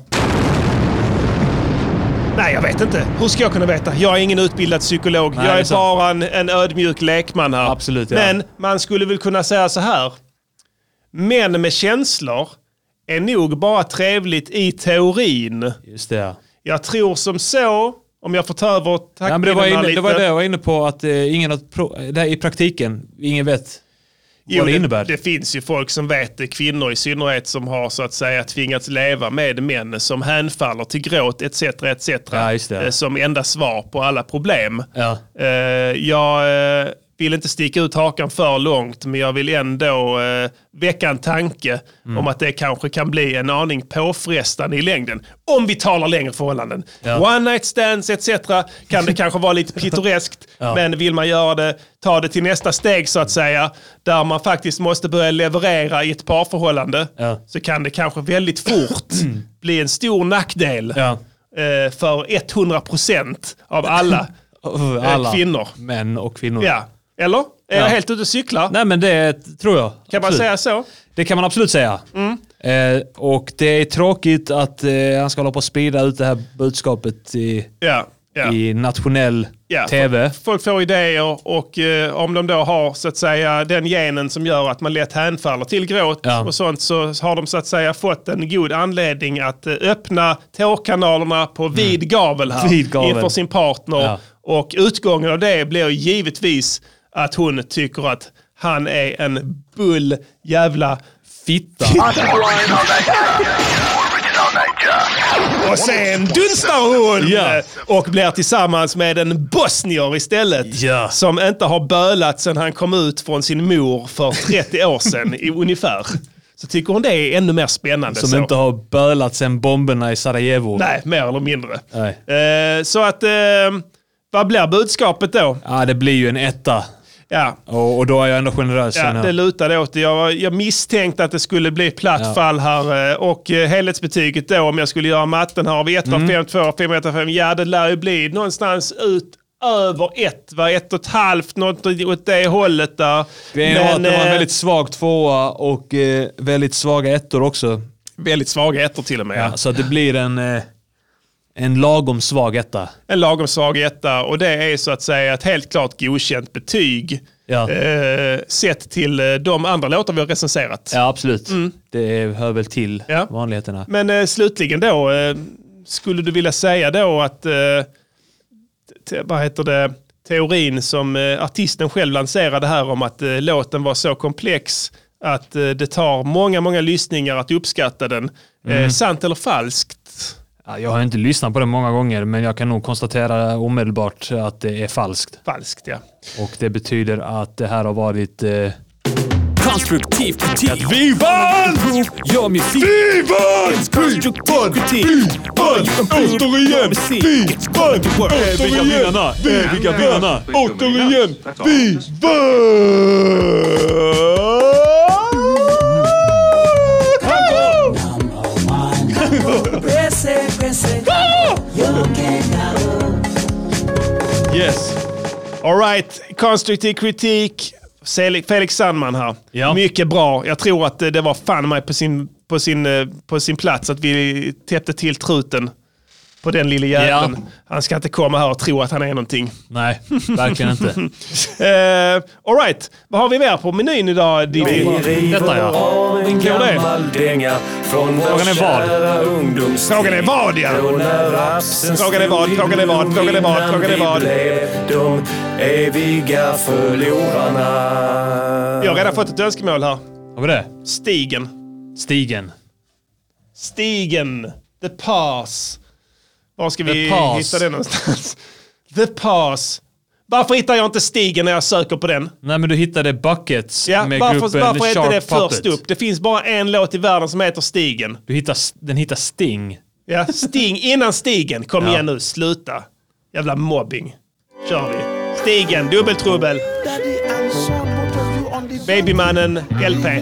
Nej, jag vet inte. Hur ska jag kunna veta? Jag är ingen utbildad psykolog. Nej, jag är, är bara en, en ödmjuk lekman här. Absolut, ja. Men man skulle väl kunna säga så här. Män med känslor är nog bara trevligt i teorin. Just det, ja. Jag tror som så, om jag får ta över tack ja, det, var inne, lite. det var det jag var inne på, att eh, ingen har pro- det här, i praktiken, ingen vet jo, vad det, det innebär. Det finns ju folk som vet det, kvinnor i synnerhet, som har så att säga tvingats leva med män som hänfaller till gråt etc. etc. Ja, just det. Som enda svar på alla problem. Ja. Uh, jag uh, vill inte sticka ut hakan för långt, men jag vill ändå uh, väcka en tanke mm. om att det kanske kan bli en aning påfrestande i längden. Om vi talar längre förhållanden. Ja. One night stands et cetera kan det kanske vara lite pittoreskt, ja. Men vill man göra det, ta det till nästa steg så att säga, där man faktiskt måste börja leverera i ett parförhållande, ja. Så kan det kanske väldigt fort bli en stor nackdel ja. uh, för hundra procent av alla, alla kvinnor. Män och kvinnor. Ja. Eller? Är ja. jag helt ute och cyklar? Nej, men det tror jag. Kan absolut. man säga så? Det kan man absolut säga. Mm. Eh, och det är tråkigt att eh, han ska hålla på att sprida ut det här budskapet i, ja. Ja. i nationell ja, tv. Folk får idéer och eh, om de då har så att säga den genen som gör att man lätt hänfaller till gråt ja. Och sånt, så har de så att säga fått en god anledning att eh, öppna tårkanalerna på mm. vid gavel här vid gavel. Inför sin partner. Ja. Och utgången av det blir givetvis att hon tycker att han är en bull jävla fitta. fitta. Och sen dunstar hon ja. Och blir tillsammans med en bosnier istället. Ja. Som inte har bölat sedan han kom ut från sin mor för trettio år sedan i ungefär. Så tycker hon det är ännu mer spännande. Som så. inte har bölat sedan bomberna i Sarajevo. Nej, mer eller mindre. Nej. Eh, så att, eh, vad blir budskapet då? Ja, det blir ju en etta. Ja. Och, och då är jag ändå generös. Ja, det lutade åt det. Jag, jag misstänkte att det skulle bli platt ja. fall här. Och eh, helhetsbetyget då, om jag skulle göra matten här, av ett var fem två, fem ett fem. Ja, det lär ju bli någonstans ut över ett, va? Ett och ett halvt, något åt det hållet där. Grejen var att det var en väldigt svag tvåa och eh, väldigt svaga ettor också. Väldigt svaga ettor till och med. Ja, så att det blir en... Eh, En lagom svag etta. En lagom svag etta. Och det är så att säga ett helt klart godkänt betyg. Ja. Eh, sett till eh, de andra låtar vi har recenserat. Ja, absolut. Mm. Det hör väl till ja. vanligheterna. Men eh, slutligen då, eh, skulle du vilja säga då att eh, t- vad heter det? teorin som eh, artisten själv lanserade här om att eh, låten var så komplex att eh, det tar många, många lyssningar att uppskatta den. Mm. Eh, sant eller falskt? Ja, jag har inte lyssnat på den många gånger, men jag kan nog konstatera omedelbart att det är falskt. Falskt, ja. Och det betyder att det här har varit... Eh, konstruktiv kritik. Vi vann! Ja, musik. Vi vann! Konstruktiv kritik. Vi vann! Återigen! Vi vann! Vilka vinnarna! Vilka vinnarna! Återigen! Vi vann! Yes. All right. Konstruktiv kritik. Felix Sandman här. Ja. Mycket bra. Jag tror att det var fan mig på sin, på sin, på sin plats att vi täppte till truten på den lilla jäveln. Ja. Han ska inte komma här och tro att han är någonting. Nej, verkligen inte. uh, all right. Vad har vi mer på menyn idag? Vi river av en gammal dänga från Frågan är vad? Frågan är vad, ja. Frågan är vad, frågan är vad, frågan är vad, frågan är vad. De eviga förlorarna. Jag har redan fått ett önskemål här. Vad var det? Stigen. Stigen. Stigen. The Pass. Var ska vi Pass. hitta den någonstans? The Pass. Varför hittar jag inte Stigen när jag söker på den? Nej, men du hittade Buckets ja, med varför, gruppen varför The är inte det Sharp först Puppet? upp? Det finns bara en låt i världen som heter Stigen. Du hittar, den hittar Sting. Ja, Sting innan Stigen. Kom Ja. igen nu, sluta. Jävla mobbing. Kör vi. Stigen, dubbeltrubbel. Babymannen, L P.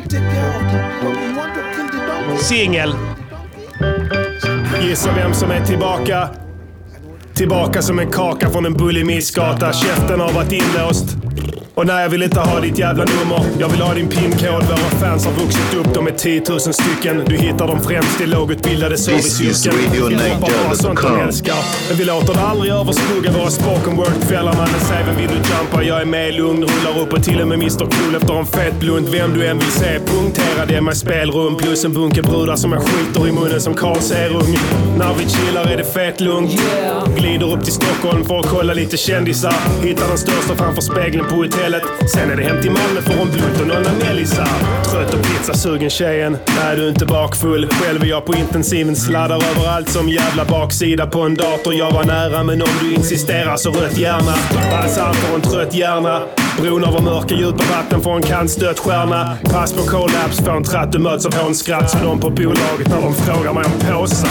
Singel. Gissa vem som är tillbaka. Tillbaka som en kaka från en bulimissgata. Käften har varit inlåst. Och nej, jag vill inte ha ditt jävla nummer. Jag vill ha din pinkod. Våra fans har vuxit upp, de är tiotusen stycken. Du hittar dem främst i lågutbildade serviceyrken. Jag hoppar bara sånt de älskar. Men vi låter det aldrig överskugga våra spoken word-kvällar. Mannen säger, vem vill du jumpa? Jag är med lugn, rullar upp och till och med mister Cool efter en fet blunt. Vem du än vill se, punktera det med spelrum. Plus en bunke brudar som jag skiter i munnen som Carl Serung. När vi chillar är det fet lugnt. Glider upp till Stockholm för att kolla lite kändisar. Hittar den största framför spegeln på hotellet. Sen är det hem till Malmö för en blunt och några mellisar. Trött och pizzasugen tjejen. Nej, du är inte bakfull. Själv är jag på intensiven, sladdar överallt som jävla baksida på en dator. Jag var nära, men om du insisterar så rött hjärna. Balsam för en trött hjärna. Bron över mörka djupa vatten får en kantstött stjärna. Pass på collapse för en tratt, du möts av hånskratt. Så de på bolaget när de frågar mig om påsar.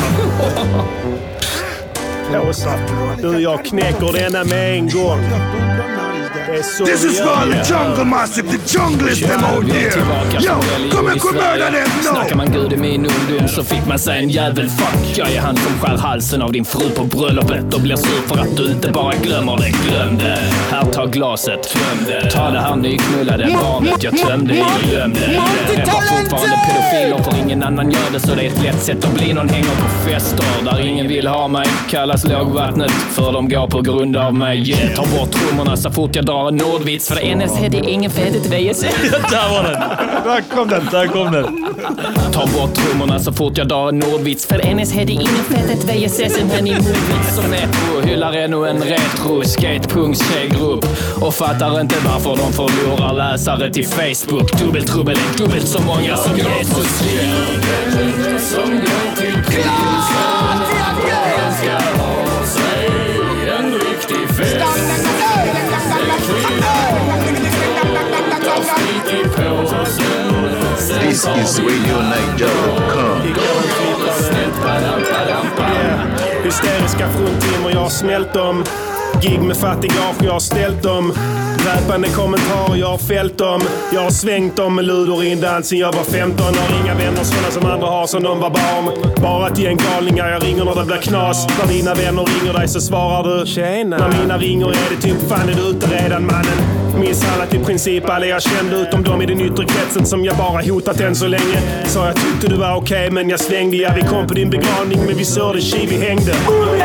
Påsar. Du, jag knäcker denna med en gång. This is for the jungle massive, the jungle is them out there. Yo, come and come murder them, no! Snackar man gud i min ungdom så fick man säga en jävel fuck. Jag är han som skär halsen av din fru på bröllopet och blir sur för att du inte bara glömmer det. Glöm det. Här, ta glaset. Töm det. Ta det här nyknullade barnet jag tömde i. Glöm det. Räppar fortfarande pedofiler för ingen annan gör det, så det är ett lätt sätt att bli någon hänger på fester där ingen vill ha mig. Kallas lågvattnet för de går på grund av mig. Yeah, ta bort trummorna så fort jag drar en Nordvits, för N S H det är ingen fete till V S S. Där var den. Där kom den. Där kom den. Ta bort trummorna så fort jag drar en Nordvits, för N S H det är ingen fete till V S S än i Nordvits. Som metro hyllar ännu en retro skatepunks-tjejgrupp och fattar inte varför de förlorar läsare till Facebook. Dubbeltrubbel är dubbelt så många som Jesus. Som går till pilsen ska ha sig en riktig fest. This is Radio Niger dot com. Hysteriska fruntimmer, jag har smält dem. Gig med fattigage, jag har ställt dem. Räpande kommentarer, jag har fällt dem. Jag har svängt dem med ludor i en dans sen jag var femton. Har inga vänner sådana som andra har som de var barn. Bara till en galningar, jag ringer när det blir knas. När dina vänner ringer dig så svarar du tjena. När mina ringer är det typ fan är du ute redan mannen. Minns alla till princip alla jag kände utom dem i den yttre kretsen som jag bara hotat än så länge. Så jag tyckte du var okej okay, men jag svängde. Ja, vi kom på din begravning men vi sörde tji, vi hängde.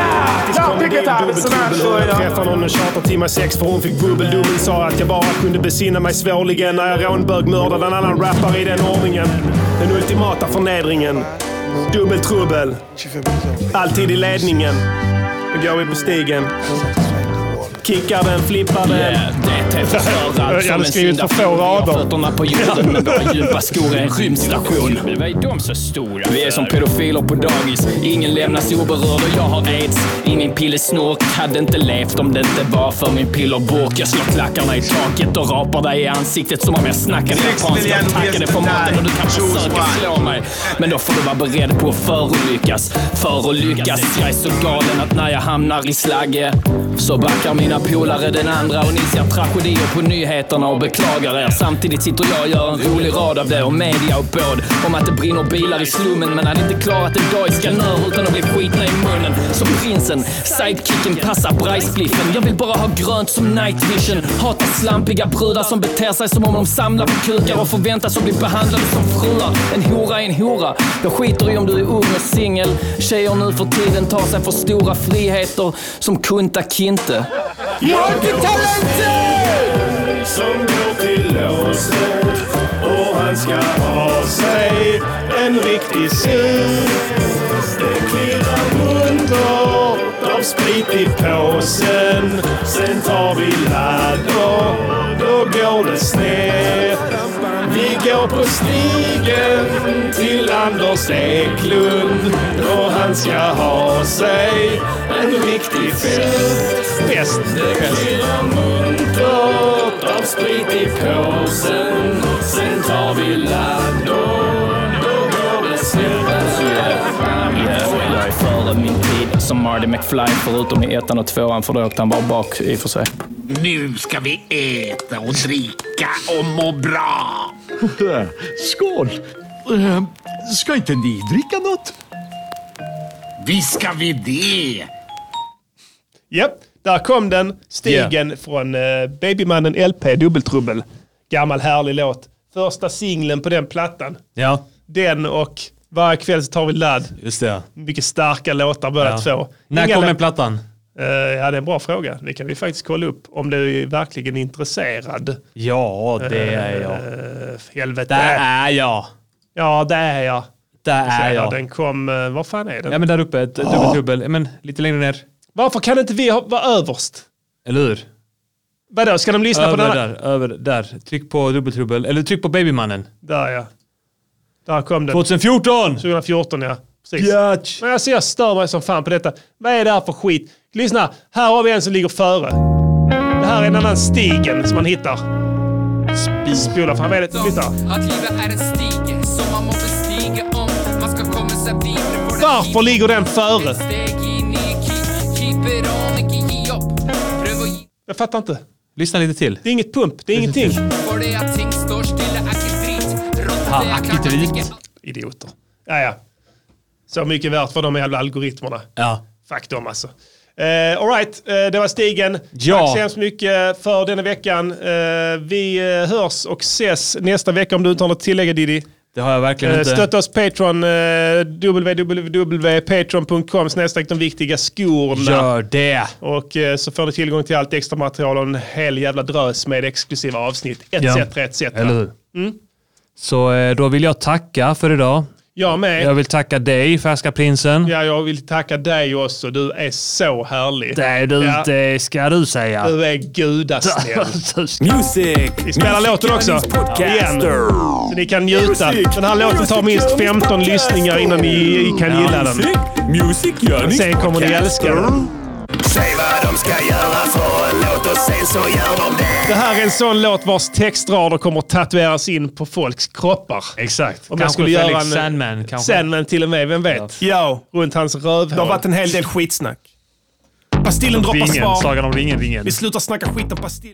Jag träffade någon och tjatade till mig sex för hon fick bubbeldomen. Sa att jag bara kunde besinna mig svårligen när jag rånbög mördade en annan rappare i den ordningen. Den ultimata förnedringen. Dubbeltrubbel. Alltid i ledningen. Nu går vi på stigen. Kickar den, flippar den. Yeah, det är förstör allt Jag hade som skrivit en för få rader. fötterna på jorden, men våra djupa skor är en rymdstation. Vad är de så stora? Vi är som pedofiler på dagis. Ingen lämnas oberörd och jag har aids i min pillesnork. Hade inte levt om det inte var för min pillerburk. Jag slår klackarna i taket och rapar dig i ansiktet som om jag snackade japanska och tackade för maten och du kan försöka slå mig. Men då får du vara beredd på att förolyckas. För att lyckas, jag är så galen att när jag hamnar i slagge så backar mina polare den andra och ni ser tragedier på nyheterna och beklagar er. Samtidigt sitter jag och gör en rolig rad av det och media och båd om att det brinner bilar i slummen, men hade inte klarat en dag i skanör utan att bli skitna i munnen. Som prinsen, sidekicken passar brajspliffen. Jag vill bara ha grönt som night vision. Hatar slampiga brudar som beter sig som om de samlar på kukar och förväntas att bli behandlade som fruar. En hora är en hora. Jag skiter i om du är ung och singel. Tjejer nu för tiden tar sig för stora friheter som Kunta Kinte. Multitalenter som går till låset och han ska ha sig en riktig sup. Det klirrar muntert av sprit i påsen. Sen tar vi ladd och då går det snett. Vi går på stigen till Anders Eklund och han ska ha sig en riktig fest. Fest. Det klirrar muntert av sprit i påsen. Sen tar vi ladd och då går det snett. Jag är före min tid som Marty McFly, förutom i ettan och tvåan, för då åkte han bara bak i och för sig. Nu ska vi äta och dricka och må bra. Skål! Uh, ska inte ni dricka något? Visst ska vi det. Japp, där kom den. Stigen yeah. från uh, Babymannen L P, Dubbeltrubbel. Gammal härlig låt. Första singeln på den plattan. Ja. Den och Varje kväll så tar vi ladd. Just det. Mycket starka låtar båda ja. två. När Inga kommer lä- plattan? Uh, ja, det är en bra fråga. Det kan vi faktiskt kolla upp om du är verkligen intresserad. Ja, det är jag. Uh, helvete. Det är jag. Ja, det är jag. Det är jag. Den kom... Uh, vad fan är den? Ja, men där uppe. Ett oh. dubbeltrubbel. Men lite längre ner. Varför kan inte vi ha, vara överst? Eller hur? Vadå, ska de lyssna över på den där, över där. Tryck på dubbeltrubbel. Eller tryck på Babymannen. Där, ja. Där kom den. tjugohundrafjorton! tjugohundrafjorton, ja. Precis. Gött. Men jag ser jag stör mig som fan på detta. Vad är det här för skit? Lyssna, här har vi en som ligger före. Det här är en annan stigen som man hittar. Spola för han vet det. Lyssna. Att livet är en stig som man måste stiga om. Man ska komma sig vidare. Varför ligger den före? Jag fattar inte. Lyssna lite till. Det är inget pump, det är ingenting. Ha, aktivit. Idioter. Ja, ja. Så mycket värt för de jävla algoritmerna. Ja. Fuck dem alltså. Uh, all right, uh, det var Stigen. Ja. Tack så hemskt mycket för denna veckan. Uh, vi uh, hörs och ses nästa vecka om du inte har något att tillägga, Diddy. Det har jag verkligen uh, inte. Stötta oss Patreon, uh, w w w punkt patreon punkt com snedstreck de viktiga skorna. Gör det. Och uh, så får du tillgång till allt extra material och en hel jävla drös med exklusiva avsnitt. Etc, ja. etc. Eller hur? Mm. Så då vill jag tacka för idag. Jag med. Jag vill tacka dig, Färska Prinsen. Ja, jag vill tacka dig också. Du är så härlig. Det, du, ja. det ska du säga. Du är gudasnäll. Music! Vi spelar låten också. Igen. Så ni kan njuta. Den här låten tar minst femton lyssningar innan ni kan gilla den. Music, music. Sen kommer ni älska den. Säg vad de ska göra för en låt och sen så gör de det. Det här är en sån låt vars textrader kommer att tatueras in på folks kroppar. Exakt. Om kanske jag skulle göra en Sandman, kanske. Sandman till och med, vem vet? Ja. Runt hans rövhål. Det har varit en hel del skitsnack. Pastillen droppar Ringen, svar. Sagan om ringen, ringen. Vi slutar snacka skit om pastill.